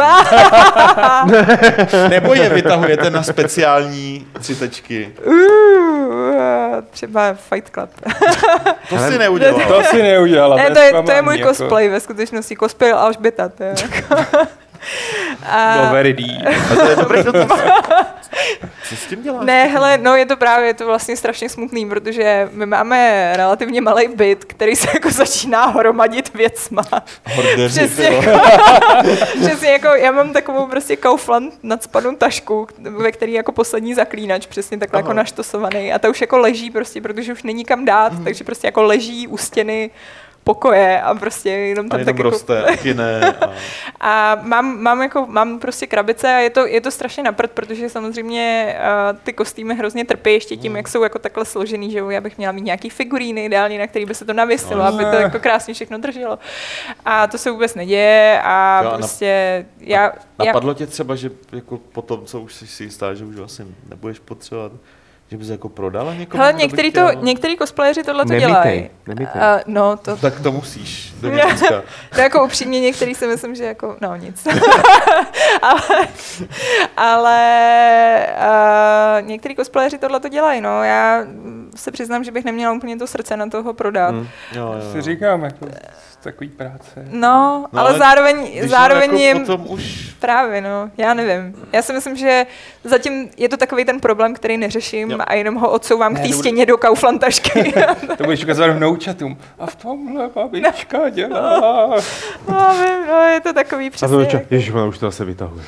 Nebo je vytahujete na speciální třitečky? Uh, třeba Fight Club. To si neudělal. To si neudělala. Ne, to je, to je zklamání, můj jako. cosplay ve skutečnosti. Cosplay Alžběta, to je jako. Bylo very deep. A to je dobrý dotaz. Co s tím děláš? Ne, hele, no je to právě, je to vlastně strašně smutný, protože my máme relativně malý byt, který se jako začíná hromadit věcma. Hordeři, Přesně, ty vole. jako, přesně jako, já mám takovou prostě Kaufland nacpanou tašku, ve který jako poslední zaklínač, přesně takhle Aha. jako naštosovaný, a ta už jako leží prostě, protože už není kam dát, Mhm. takže prostě jako leží u stěny pokoje a prostě jenom A tam jenom tak jako... roste, a kyne. A... A mám, mám, jako, mám prostě krabice a je to, je to strašně napřed, protože samozřejmě uh, ty kostýmy hrozně trpí ještě tím, Mm. jak jsou jako takhle složený, že jo, já bych měla mít nějaký figuríny ideálně, na který by se to navěsilo, No. aby to jako krásně všechno drželo. A to se vůbec neděje a Jo, a na- prostě já... já Napadlo tě třeba, že jako po tom, co už jsi si jistá, že už asi nebudeš potřebovat, že bys jako prodala někomu? hele, kdo by některý, to, chtěl? některý cosplayeři tohle to Nemytej, dělají. nemytej. Uh, no, to, Tak to musíš do Německa. to jako upřímně některý si myslím, že jako, no nic. ale ale uh, některý cosplayeři tohle to dělají, no. Já se přiznám, že bych neměla úplně to srdce na toho prodat. Hmm. Jo, jo. Si říkám, jako takový práce. No, No, ale, ale zároveň, Když zároveň jako jim... potom už... Právě, no, já nevím. Já si myslím, že zatím je to takový ten problém, který neřeším Jo. a jenom ho odsouvám Ne, k té to bude- stěně do Kaufland tašky. To budeš ukazovat v nouchatům. A v tomhle babička dělá. No, vím, no, je to takový A to přesně. ča- Ježiš, ona už to zase vytahuje.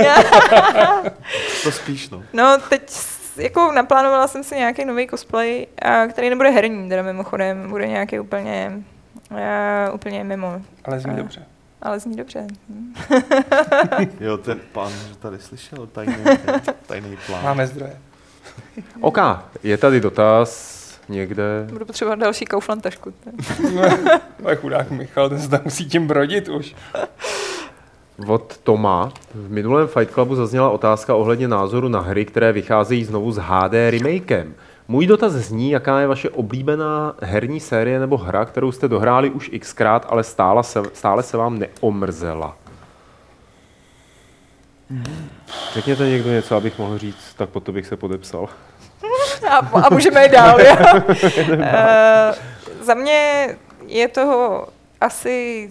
To spíš, no. No, teď s- jako naplánovala jsem si nějaký nový cosplay, a který nebude herní, teda mimochodem, bude nějaký úplně, uh, úplně mimo, Ale zní A. dobře. ale zní dobře. Hm. Jo, ten pán, že tady slyšel tajný, tajný plán. Máme zdroje. OK, je tady dotaz někde. Budu potřebovat další Kaufland tašku. Ale chudák Michal, ten se tam musí tím brodit už. Od Toma. V minulém Fight Clubu zazněla otázka ohledně názoru na hry, které vycházejí znovu s H D remakem. Můj dotaz zní, jaká je vaše oblíbená herní série nebo hra, kterou jste dohráli už xkrát, ale stále se, stále se vám neomrzela. Řekněte někdo něco, abych mohl říct, tak pod to bych se podepsal. A, a můžeme jít dál. Jo? uh, za mě je toho asi...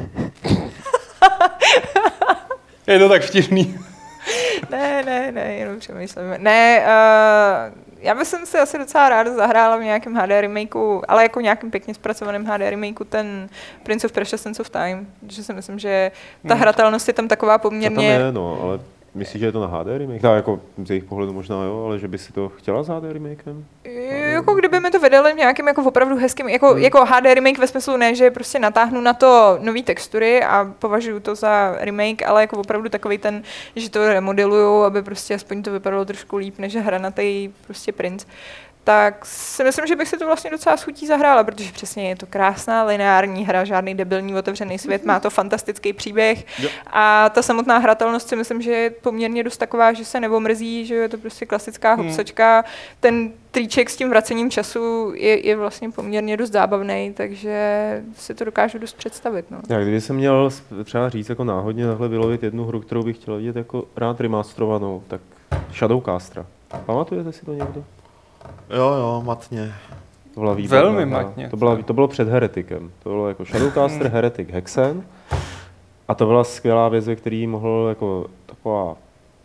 Je to tak vtipný. Ne, ne, ne, jenom přemýšlím. Ne, uh, já bych si asi docela ráda zahrála v nějakém H D remakeu, ale jako nějakým pěkně zpracovaném H D remakeu ten Prince of Persia Sands of Time, že si myslím, že ta Hmm. hratelnost je tam taková Co tam poměrně... je, no, ale myslíš, že je to na H D remake? Tak jako z jejich pohledu možná jo, ale že by si to chtěla s H D remakem? Jako kdyby mi to vydali v nějakým jako opravdu hezkým, jako, Hmm. jako H D remake ve smyslu ne, že prostě natáhnu na to nový textury a považuji to za remake, ale jako opravdu takový ten, že to remodelujou, aby prostě aspoň to vypadalo trošku líp než hranatý prostě princ. Tak si myslím, že bych si to vlastně docela s chutí zahrála, protože přesně je to krásná lineární hra, žádný debilní otevřený svět, má to fantastický příběh Jo. a ta samotná hratelnost si myslím, že je poměrně dost taková, že se neomrzí, že je to prostě klasická Hmm. hopsačka. Ten triček s tím vracením času je, je vlastně poměrně dost zábavný, takže si to dokážu dost představit. No. Já kdyby jsem měl s- třeba říct jako náhodně takhle vylovit jednu hru, kterou bych chtěl vidět jako rád remasterovanou, tak Shadowcastra. Pamatujete si to někdo? Jo, jo, matně. To byla výborná Velmi hra. matně. To, byla, to bylo před Hereticem. To bylo jako Shadowcaster, Heretic, Hexen. A to byla skvělá věc, ve který mohl jako taková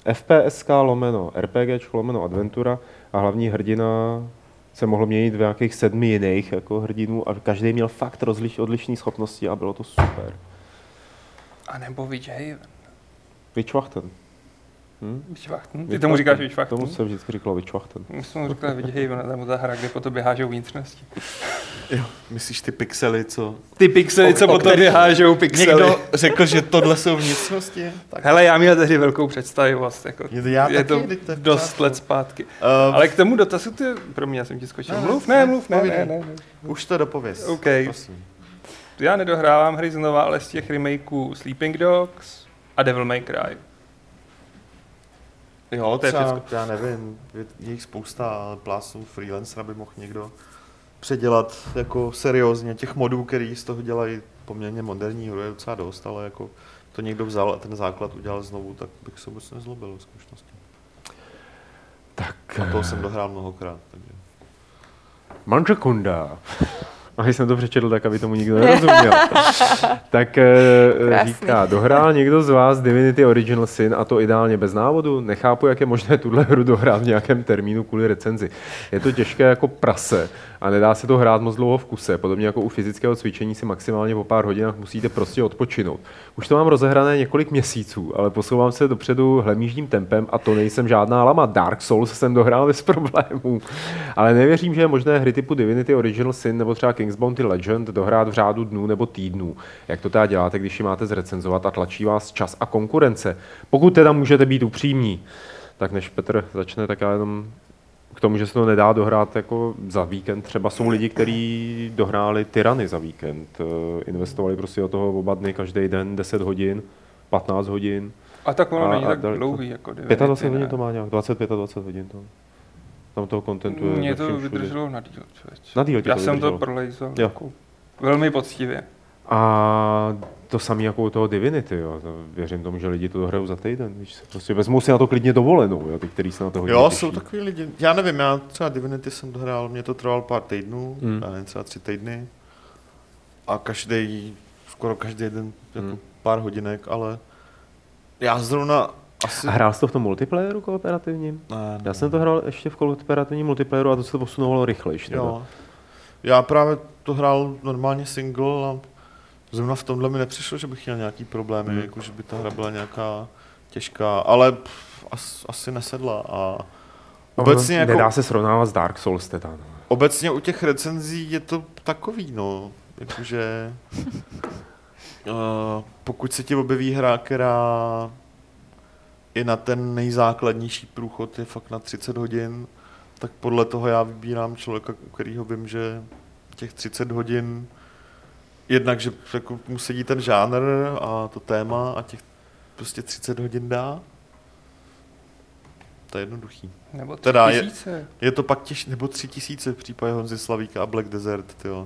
FPSK lomeno RPGčko lomeno adventura a hlavní hrdina se mohl měnit v nějakých sedmi jiných jako hrdinů a každý měl fakt rozliš, odlišné schopnosti a bylo to super. A nebo Witchhaven. Witchwachten. Hm? Witchwachten? Ty tomu říkáš Witchwachten? Tomu se vždycky říkalo Witchwachten. My jsme mu říkali Witchhaven, tam ta hra, kde po tobě hážou vnitřnosti. Jo, myslíš ty pixely, co... Ty pixely, co po tobě hážou pixely. Někdo řekl, že tohle jsou vnitřnosti? Tak. Hele, já měl tehdy velkou představivost. Jako, já je taky, to dost let zpátky. Uh, Ale k tomu dotazu, ty... Pro mě, já jsem ti skočil. Ne, mluv, ne, mluv, ne, povídej. ne, ne, ne. Už to dopověz. OK. Prosím. Já nedohrávám hry znova, ale z těch remakeů Sleeping Dogs a Devil May Cry. Jo, To je třeba, všecko. já nevím, je je jich spousta, ale plásů freelancera by mohl někdo předělat jako seriózně. Těch modů, který z toho dělají poměrně moderní hru, je docela dost, ale jako to někdo vzal a ten základ udělal znovu, tak bych se vůbec nezlobil v zkušenosti. Tak... A toho jsem dohrál mnohokrát, takže... Manžakunda. A když jsem to přečetl, tak aby tomu nikdo nerozuměl. Tak e, říká, dohrál někdo z vás Divinity Original Sin a to ideálně bez návodu? Nechápu, jak je možné tuhle hru dohrát v nějakém termínu kvůli recenzi. Je to těžké jako prase a nedá se to hrát moc dlouho v kuse. Podobně jako u fyzického cvičení si maximálně po pár hodinách musíte prostě odpočinout. Už to mám rozehrané několik měsíců, ale posouvám se dopředu hlemýždím tempem a to nejsem žádná lama. Dark Souls jsem dohrál bez problémů. Ale nevěřím, že je možné hry typu Divinity Original Sin nebo třeba King's Bounty Legend dohrát v řádu dnů nebo týdnů. Jak to teda děláte, když ji máte zrecenzovat a tlačí vás čas a konkurence? Pokud teda můžete být upřímní, tak než Petr začne, tak já jenom k tomu, že se to nedá dohrát jako za víkend. Třeba jsou lidi, kteří dohráli Tyrany za víkend. Investovali prostě do toho oba dny, každý den deset hodin, patnáct hodin. A tak ono A- není a tak dali- dlouhý jako Divinity. dvacet pět hodin ne? to má nějak, dvacet pět a dvacet hodin to. Tam toho kontentu je Mě ze to všem všude. vydrželo na díl, člověč. Na díl tě Já to jsem vydrželo. to prolejzal Jo. jako velmi poctivě. A to samé jako u toho Divinity, jo. To věřím tomu, že lidi to dohrajou za týden. Když se prostě vezmou si na to klidně dovolenou, jo, ty, který se na to hodně Jo, těší. jsou takový lidi. Já nevím, já třeba Divinity jsem dohrál, mě to trvalo pár týdnů, Hmm. já nevím, třeba tři týdny. A každý, skoro každý den jako Hmm. pár hodinek, ale já zrovna asi... A hrál jsi to v tom multiplayeru kooperativním? Ne, ne, Já jsem to hrál ještě v kooperativním multiplayeru a to se to posunovalo rychlejš. teda. jo. Já právě to hrál normálně single a zrovna v tomhle mi nepřišlo, že bych měl nějaký problémy, Hmm. jako že by ta hra byla nějaká těžká, ale pff, as, asi nesedla a obecně, jako, Nedá se srovnávat s Dark Souls teda. No. obecně u těch recenzí je to takový, no, jakože uh, pokud se ti objeví hra, která i na ten nejzákladnější průchod je fakt na třicet hodin, tak podle toho já vybírám člověka, u kterého vím, že těch třicet hodin, jednak, že jako mu sedí ten žánr a to téma a těch prostě třicet hodin dá. To je jednoduchý. Nebo tři Teda je- tisíce. Je to pak těž, nebo tři tisíce v případě Honzy Slavíka a Black Desert, tyjo.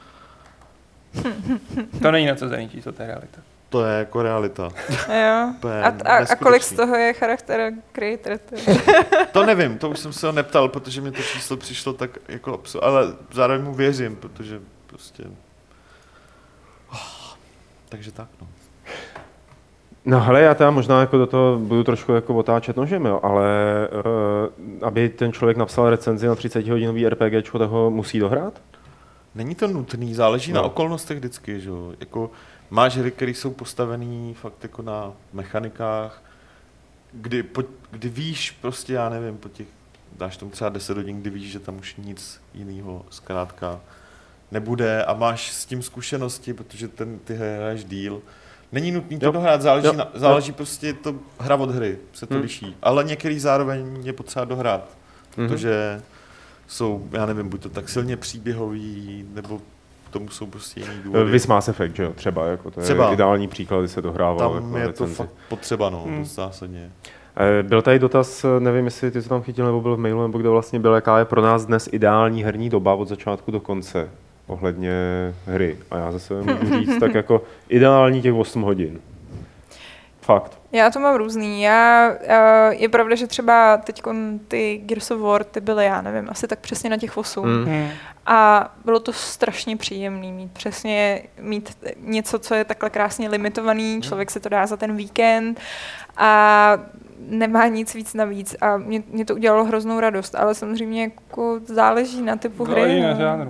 To není nacezený číslo, to je realita. To je jako realita. Jo. To je A, a, a kolik z neskutečný. toho je charakter creator? To nevím, to už jsem se ho neptal, protože mi to číslo přišlo tak jako absu- ale zároveň mu věřím, protože prostě... Oh, takže tak, no. No hele, já teda možná jako do toho budu trošku jako otáčet nožem, jo, ale uh, aby ten člověk napsal recenzi na třicetihodinový RPGčko, tak ho musí dohrát? Není to nutný, záleží No. na okolnostech vždycky, že jo. Jako máš hry, které jsou postavené fakt jako na mechanikách, kdy, po, kdy víš prostě, já nevím, po těch, dáš tomu třeba deset hodin, kdy víš, že tam už nic jiného zkrátka nebude a máš s tím zkušenosti, protože ten, ty hry hraješ díl. Není nutný to Jo. dohrát, záleží, Jo. na, záleží prostě to hra od hry, se to Hmm. liší. Ale některý zároveň je potřeba dohrát, Mhm. protože jsou, já nevím, buď to tak silně příběhový, nebo k tomu jsou prostě jiný důvody. Vys Mass Effect, že jo, třeba, jako to je Třeba. ideální příklad, kdy se dohrával Tam jako je to recenzi. fakt potřeba, no, Hmm. dost zásadně. Eh, Byl tady dotaz, nevím, jestli ty jsi tam chytil, nebo byl v mailu, nebo kde vlastně byl, jaká je pro nás dnes ideální herní doba od začátku do konce ohledně hry. A já zase můžu říct, tak jako ideální těch osm hodin. Fakt. Já to mám různý. Já, uh, je pravda, že třeba teď ty Gears of War, ty byly, já nevím, asi tak přesně na těch osm. Mm. Hmm. A bylo to strašně příjemný mít přesně, mít něco, co je takhle krásně limitovaný, člověk se to dá za ten víkend a nemá nic víc navíc a mě, mě to udělalo hroznou radost, ale samozřejmě jako záleží na typu hry. Záleží na no. žánru.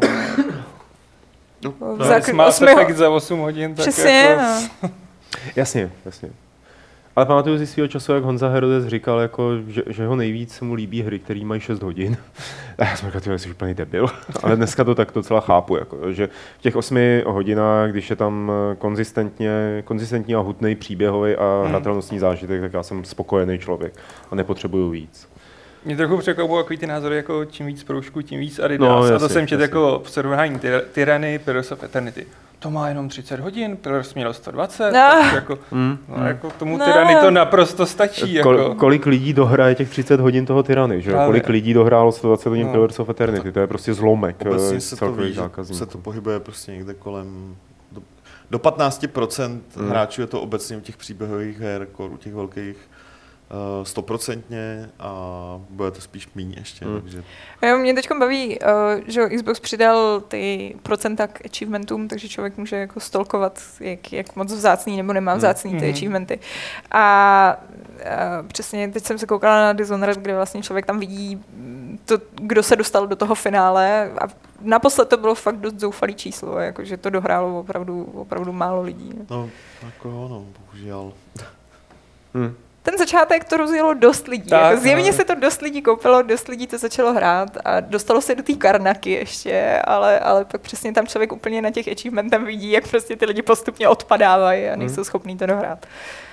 No, V No, zák- jestli Mass osmiho- Effect za osm hodin, tak Přesně, jako... no. Jasně, jasně. Ale pamatuju si svého času, jak Honza Herodes říkal, jako, že, že ho nejvíc mu líbí hry, které mají šest hodin. A já jsem říkal, ty jsi úplný debil. Ale dneska to tak docela chápu, jako, že v těch osmi hodinách, když je tam konzistentně, konzistentní a hutný příběhový a Hmm. hratelnostní zážitek, tak já jsem spokojený člověk a nepotřebuju víc. Mě trochu překvapují takový ty názory, jako čím víc proužků, tím víc Adidas. No, a to jasně, jsem četl jasně. jako v srovnání Tyr- Tyranny, Pillars of Eternity. To má jenom třicet hodin, Pillars mělo sto dvacet, No. tak jako, Mm. no, jako tomu No. Tyranny to naprosto stačí. Kol, Jako. kolik lidí dohraje těch třicet hodin toho Tyrany, že jo? Právě. Kolik lidí dohrálo sto dvacet hodin No. Pillars of Eternity, to je prostě zlomek Obecně eh, se to celkových ví, že zákazníků. se to pohybuje prostě někde kolem do, do patnáct procent Hmm. hráčů je to obecně u těch příběhových her, jako u těch velkých uh, stoprocentně a bude to spíš míň ještě, Hmm. takže Jo, mě teď baví, uh, že jo, Xbox přidal ty procenta k achievementům, takže člověk může jako stolkovat, jak, jak moc vzácný nebo nemá vzácný ty Mhm. achievementy. A uh, přesně teď jsem se koukala na Dishonored, kde vlastně člověk tam vidí to, kdo se dostal do toho finále a naposled to bylo fakt dost zoufalý číslo, jakože to dohrálo opravdu, opravdu málo lidí. no, jako jo, no, bohužel. Hmm. Ten začátek to rozjelo dost lidí. Tak, Jako zjevně no. se to dost lidí koupilo, dost lidí to začalo hrát a dostalo se do té Karnaky ještě, ale, ale pak přesně tam člověk úplně na těch achievementech vidí, jak prostě ty lidi postupně odpadávají a nejsou Hmm. schopní to dohrát.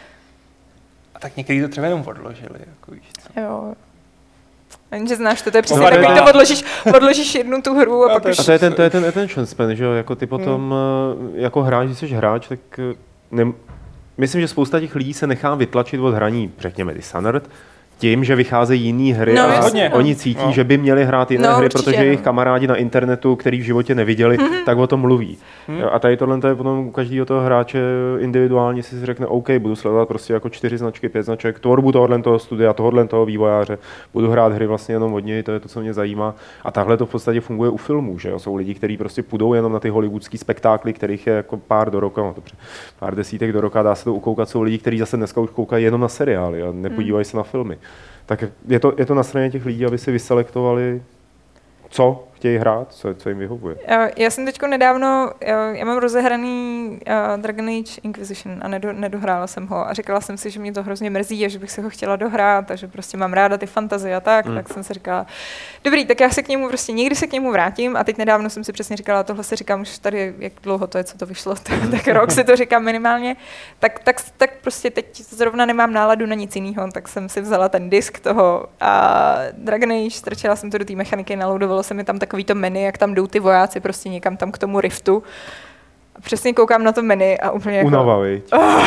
A tak někteří to třeba jenom odložili. Jako, víš co. Jo. Jenže znáš to, to je přesně Ovládá- takový, to odložíš, odložíš jednu tu hru a No, pak to je už... A to je ten, to je ten attention span, že jo, jako ty potom hmm. jako hráč, když jsi hráč, tak eh, ne, myslím, že spousta těch lidí se nechá vytlačit od hraní, řekněme Dishonored, tím, že vycházejí jiné hry No, a jasně. oni cítí, No. že by měli hrát jiné No, hry, určitě, protože no. jejich kamarádi na internetu, který v životě neviděli, mm-hmm. tak o tom mluví. Hmm. Jo, a tady tohle to je potom u každého toho hráče individuálně si řekne, OK, budu sledovat prostě jako čtyři značky, pět značek, tvorbu tohohle toho studia, tohohle toho vývojáře, budu hrát hry vlastně jenom od něj, to je to, co mě zajímá. A takhle to v podstatě funguje u filmů, že jo? Jsou lidi, kteří prostě půjdou jenom na ty hollywoodský spektákly, kterých je jako pár do roka, no, dobře, pár desítek do roka, dá se to ukoukat. Jsou lidi, kteří zase dneska už koukají jenom na seriály a nepodívají se na filmy. Tak je to, je to na straně těch lidí, aby si vyselektovali, co chtějí hrát, co, co jim vyhovuje. Já, já jsem teďko nedávno, já, já mám rozehraný uh, Dragon Age Inquisition a nedo, nedohrála jsem ho a říkala jsem si, že mě to hrozně mrzí a že bych si ho chtěla dohrát a že prostě mám ráda ty fantazie a tak, Hmm. tak jsem si říkala, dobrý, tak já se k němu prostě někdy se k němu vrátím a teď nedávno jsem si přesně říkala, tohle si říkám už tady, jak dlouho to je, co to vyšlo, tak rok si to říkám minimálně, tak, tak, tak prostě teď zrovna nemám náladu na nic jiného, tak jsem si vzala ten disk toho a Dragon Age, strčila jsem to do té mechaniky, naloadovalo se mi tam takový to menu, jak tam jdou ty vojáci prostě někam tam k tomu riftu. A přesně koukám na to menu a úplně jako... Unava, viď?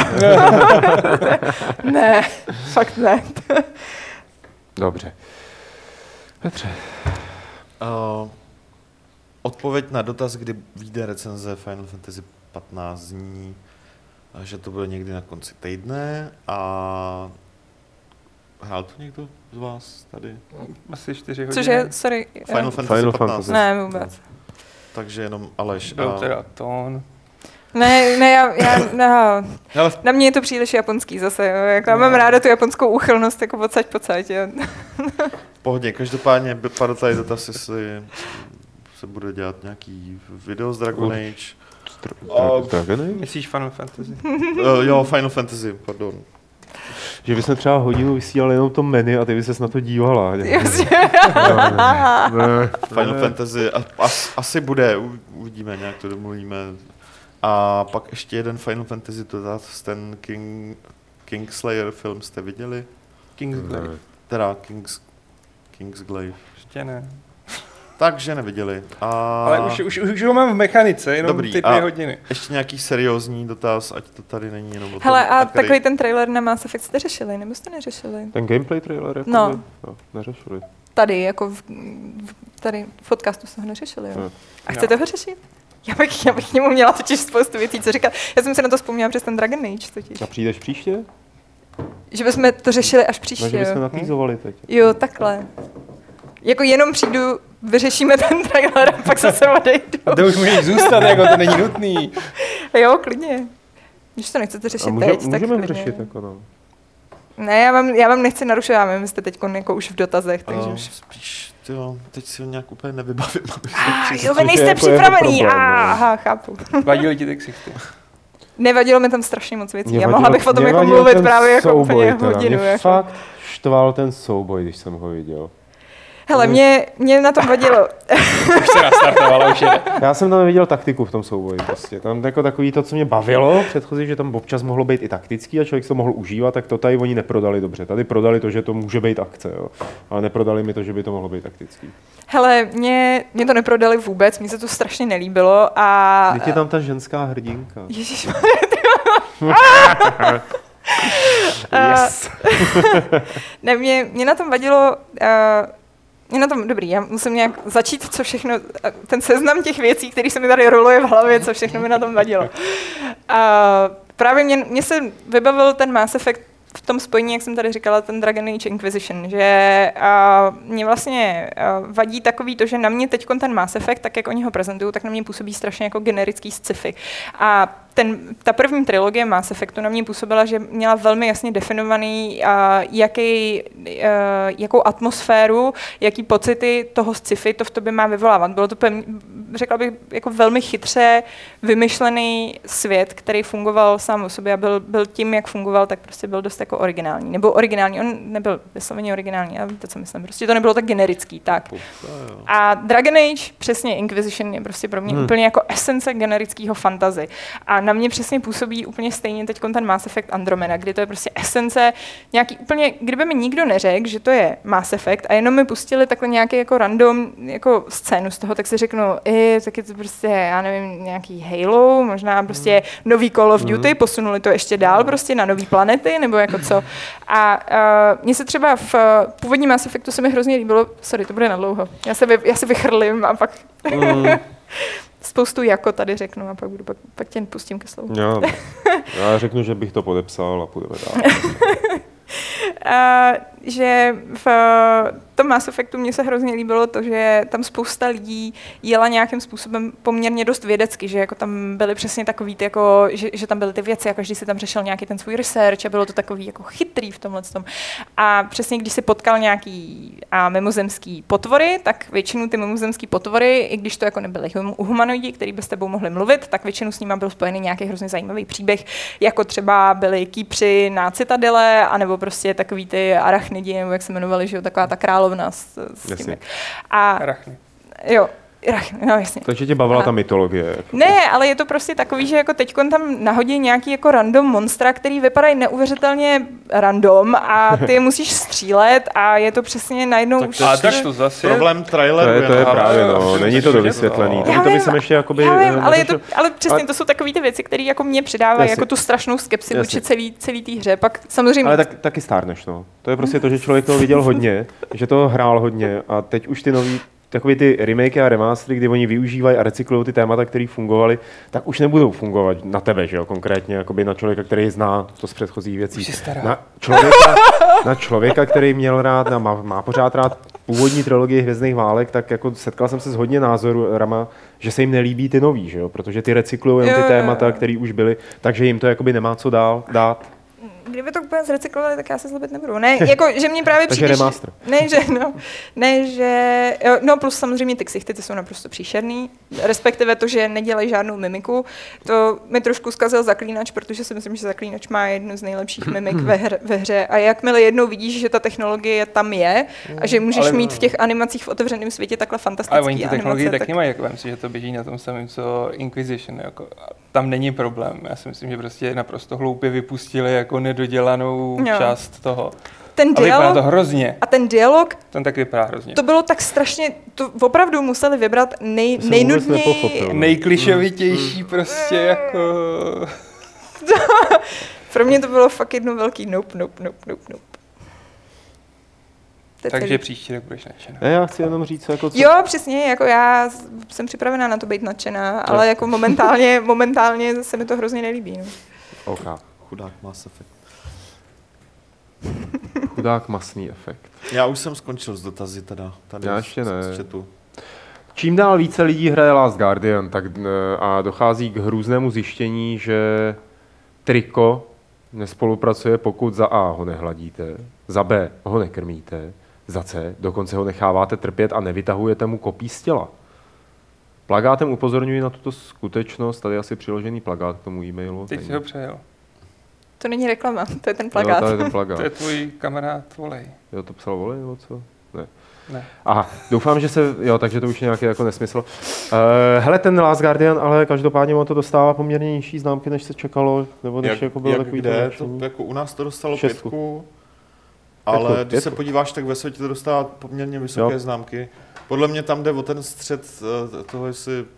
Ne, fakt ne. Dobře. Petře. Uh, odpověď na dotaz, kdy vyjde recenze Final Fantasy patnáct zní, že to bude někdy na konci týdne a hrál to někdo z vás tady? Asi čtyři hodiny. Cože, sorry. Final eh, Fantasy Final patnáct. Fantasy. Ne, vůbec. Takže jenom Aleš. Byl A... teda tón. Ne, ne, já, já no, Ale v na mě je to příliš japonský zase, jo. Jako, já mám ráda tu japonskou úchylnost, jako pocať, pocať, jo. pohodě, každopádně by padl tady dotaz, jestli se bude dělat nějaký video z Dragon Age. Dra- Dragon Age? Myslíš Final Fantasy? Uh, jo, Final Fantasy, pardon. Že bychom třeba hodinu vysílali jenom to menu a ty by ses na to dívala. Jasně. Ne, Final Fantasy a, as, asi bude, u- uvidíme, nějak to domluvíme. A pak ještě jeden Final Fantasy, to je ten King, Kingslayer film, jste viděli? Kingsglaive. Teda Kings, Kingsglaive. Ještě ne. Takže neviděli. A Ale už, už, už ho mám v mechanice, jenom Dobrý, ty dvě a- hodiny. ještě nějaký seriózní dotaz, ať to tady není jenom o tom. Hele, a na který- takový ten trailer na Mass Effect jste řešili, nebo jste neřešili? Ten gameplay trailer? Jako No. by- no. Neřešili. Tady, jako v, v, tady v podcastu jsme ho neřešili, jo. No. A chcete ho řešit? Já bych, já bych k němu měla totiž spoustu věcí, co říkat. Já jsem se na to vzpomněla přes ten Dragon Age totiž. A přijdeš příště? Že bychom to řešili až No, příště, že bychom jo. natýzovali teď. Jo, takhle. Jako jenom přijdu, vyřešíme ten trailer a pak se se odejdu. A to už můžeš zůstat, jako to není nutný. Jo, klidně. Když to nechcete řešit A může, teď, tak můžeme klidně. řešit, jako no. Ne, já vám, já vám nechci narušovat, já vím, vy jste teď jako už v dotazech, takže Uh, už... spíš, tyjo, teď si ho nějak úplně nevybavím. Ah, jo, vy což nejste je jako připravený, jeho problém, no. aha, chápu. Vadili ti ty ksichty. Nevadilo mi tam strašně moc věcí, Mě já vadilo- mohla bych o tom mě jako vadil mluvit ten právě jako souboj úplně teda. hodinu. Mě Jako. fakt štval ten souboj, když jsem ho viděl. Hele, mě, mě na tom vadilo. Už se nastartovala, už jede. Já jsem tam neviděl taktiku v tom souboji prostě. Tam jako takový to, co mě bavilo předchozí, že tam občas mohlo být i taktický a člověk se to mohl užívat, tak to tady oni neprodali dobře. Tady prodali to, že to může být akce, jo. Ale neprodali mi to, že by to mohlo být taktický. Hele, mě, mě to neprodali vůbec, mně se to strašně nelíbilo a... Teď je tam ta ženská hrdinka. Ježišmarja, Yes. ne, mě, mě na tom vadilo... Uh, mě na tom, dobrý, já musím nějak začít, co všechno, ten seznam těch věcí, který se mi tady roluje v hlavě, co všechno mi na tom vadilo. Uh, právě mě, mě se vybavil ten Mass Effect v tom spojení, jak jsem tady říkala, ten Dragon Age Inquisition, že uh, mě vlastně uh, vadí takový to, že na mě teď ten Mass Effect, tak jak oni ho prezentují, tak na mě působí strašně jako generický sci-fi. A ten, ta první trilogie Mass Effectu na mě působila, že měla velmi jasně definovaný, uh, jaký, uh, jakou atmosféru, jaký pocity toho sci-fi to v tobě má vyvolávat. Bylo to, pevně, řekla bych, jako velmi chytře vymyšlený svět, který fungoval sám o sobě a byl, byl tím, jak fungoval, tak prostě byl dost jako originální. Nebo originální, on nebyl vysloveně originální, ale víte, co myslím. Prostě to nebylo tak generický, tak. A Dragon Age, přesně Inquisition, je prostě pro mě hmm. úplně jako esence generického fantasy. A na mě přesně působí úplně stejně teď ten Mass Effect Andromeda, kdy to je prostě esence nějaký úplně, kdyby mi nikdo neřekl, že to je Mass Effect a jenom mi pustili takhle nějaký jako random jako scénu z toho, tak si řeknu, i, tak je to prostě, já nevím, nějaký Halo, možná prostě nový Call of Duty, posunuli to ještě dál prostě na nový planety, nebo jako co. A uh, mně se třeba v uh, původním Mass Effectu se mi hrozně líbilo, sorry, to bude nadlouho, já se, vy, já se vychrlím a pak mm. spoustu jako tady řeknu a pak, budu, pak, pak tě pustím ke slovu. Já, já řeknu, že bych to podepsal a půjdeme dál. Uh, že v uh, tom Mass Effectu mně se hrozně líbilo to, že tam spousta lidí jela nějakým způsobem poměrně dost vědecky, že jako tam byly přesně takový ty, jako, že, že tam byly ty věci a každý si tam řešil nějaký ten svůj research a bylo to takový jako chytrý v tomhle tom. A přesně když si potkal nějaký a mimozemský potvory, tak většinu ty mimozemský potvory, i když to jako nebyly hum, humanoidi, který by s tebou mohli mluvit, tak většinu s nimi byl spojený nějaký hrozně zajímavý příběh, jako třeba byli kýpři na Citadele, anebo prostě takový ty arachnidi, nebo jak se jmenovali, že jo, taková ta královna s, s tím. A Arachny. jo, arachny, no jasně. Takže tě bavila Aha. ta mytologie. Jako. Ne, ale je to prostě takový, že jako teďkon tam nahodí nějaký jako random monstra, který vypadají neuvěřitelně random a ty je musíš střílet a je to přesně najednou Tak už... to je A spíš tak to zase problém To traileru. je, to je jenom. právě, ale- no, není to dovysvětlený. Já Takže to by vím, jsem ještě jakoby... Já vím, ale, je to, neřešil. ale přesně Ale- to jsou takové ty věci, které jako mě přidávají Jasně. jako tu strašnou skepsi Jasně. vůči celý, celý té hře. Pak samozřejmě... Ale tak, taky stárneš, no. To je prostě to, že člověk toho viděl hodně, že toho hrál hodně a teď už ty nový, takový ty remakey a remastery, kdy oni využívají a recyklují ty témata, které fungovaly, tak už nebudou fungovat na tebe, že jo, konkrétně, jakoby na člověka, který zná to z předchozích věcí. Už jsi stará. Na člověka, na člověka, který měl rád, a má, má pořád rád původní trilogii Hvězdných válek, tak jako setkal jsem se s hodně názorama, že se jim nelíbí ty nový, že jo, protože ty recyklují jenom ty témata, které už byly, takže jim to jakoby nemá co dál dát. Kdyby to úplně zrecyklovali, tak já se zlobit nebudu. Ne, jako, že mě právě Takže přijde, remaster. že- ne, že, no, ne, že, jo, no plus samozřejmě ty ksichty, ty jsou naprosto příšerný, respektive to, že nedělají žádnou mimiku, to mi trošku zkazil Zaklínač, protože si myslím, že Zaklínač má jednu z nejlepších mimik ve, hr, ve hře a jakmile jednou vidíš, že ta technologie tam je a že můžeš Ale- mít v těch animacích v otevřeném světě takhle fantastické Ale oni tu technologii animace, tak nemají, jako vem si, že to běží na tom samém, co Inquisition. Jako, a tam není problém. Já si myslím, že prostě naprosto hloupě vypustili jako nedodělanou Jo. část toho. ten A vypadá to dialog, hrozně. a ten dialog, Ten tak vypadá hrozně. to bylo tak strašně, to opravdu museli vybrat nej, To jsem vůbec nejnudněji. nepochopil. Nejklišovitější prostě jako... Pro mě to bylo fakt jedno velký nope, nope, nope, nope, nope. To je Takže celý. příští rok budeš nadšená. Ne, já chci jenom říct, jako co... Jo, přesně, jako já jsem připravená na to být nadšená, ale jako momentálně, momentálně se mi to hrozně nelíbí. No. OK. Chudák Mass Effect. Chudák masný efekt. Já už jsem skončil s dotazy teda. Tady Já z- ještě z- ne. z chatu. Čím dál více lidí hraje Last Guardian tak, eh, a dochází k hrůznému zjištění, že triko nespolupracuje, pokud za A ho nehladíte, za B ho nekrmíte, za C dokonce ho necháváte trpět a nevytahujete mu kopí z těla. Plagátem upozorňuji na tuto skutečnost, tady je asi přiložený plagát k tomu e-mailu. Teď si ho přejel. To není reklama, to je ten plagát. Jo, to je ten plagát. To je tvůj kamarád Volej. Jo, to psal Volej, nebo co? Ne. Ne. Aha, doufám, že se, jo, takže to už je nějaký jako nesmysl. Uh, hele, ten Last Guardian, ale každopádně on to dostává poměrně nižší známky, než se čekalo, nebo než Jak, jako bylo jak takový jde, to, to, jako u nás to dostalo Šestku. pětku, ale Pětku, když se pětku. podíváš, tak ve světě to dostává poměrně vysoké Jo. známky. Podle mě tam jde o ten střed eh, toho, jestli eh,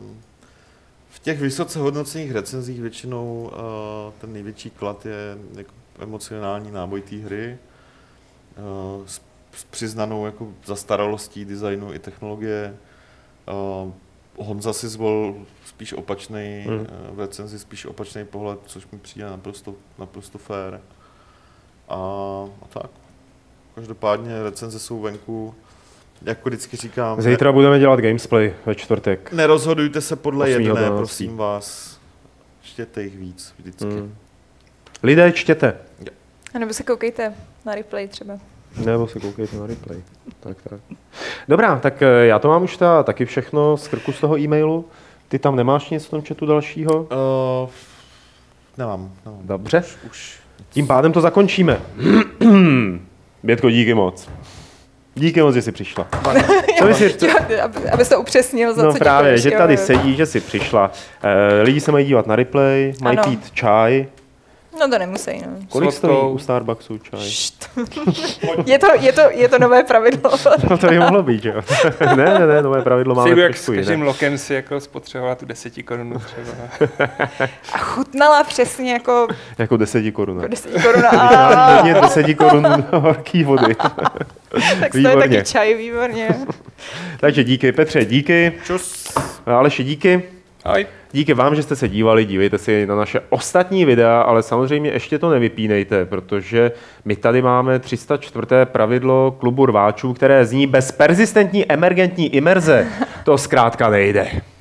v těch vysoce hodnocených recenzích většinou eh, ten největší klad je jako emocionální náboj té hry eh, s, s přiznanou jako zastaralostí designu i technologie. Eh, Honza si zvolil spíš opačný, Hmm. hmm. v recenzi spíš opačný pohled, což mi přijde naprosto, naprosto fair. A, a tak. Každopádně recenze jsou venku. Jako vždycky říkám, Zítra budeme dělat gamesplay ve čtvrtek. ne, nerozhodujte se podle osmého jedné, dvanáctého prosím vás. Čtěte jich víc vždycky. Hmm. Lidé, čtěte. A nebo se koukejte na replay třeba. Nebo se koukejte na replay. Tak, tak. Dobrá, tak eh, já to mám už ta, taky všechno z krku z toho e-mailu. Ty tam nemáš nic v tom chatu dalšího? Uh, nemám, nemám. Dobře. Už, už. Tím pádem to zakončíme. Bětko, díky moc. Díky moc, že jsi přišla. Co bys si... Jo, aby, abys to upřesnil, za No co právě, děkuješ, že jo, tady jo. sedí, že jsi přišla. Eh, lidi se mají dívat na replay, mají Ano. pít čaj. No to nemusí, no. Kolik Sladkou. stojí u Starbucksu čaj? Št. je, to, je, to, je to nové pravidlo. No to by mohlo být, že jo? ne, ne, ne, nové pravidlo máme Sejdu, jak s trošku každým jiné. lokem si jako spotřebovala tu deseti korunu třeba. A chutnala přesně jako, Jako deseti korun. jako deset koruna. Já hodně deseti korun horký vody. Tak to je Výborně. taky čaj, výborně. Takže díky Petře, díky. Čus. Aleši, díky. Ahoj. Díky vám, že jste se dívali, dívejte si na naše ostatní videa, ale samozřejmě ještě to nevypínejte, protože my tady máme tři sta čtvrté pravidlo klubu rváčů, které zní bez persistentní emergentní imerze. To zkrátka nejde.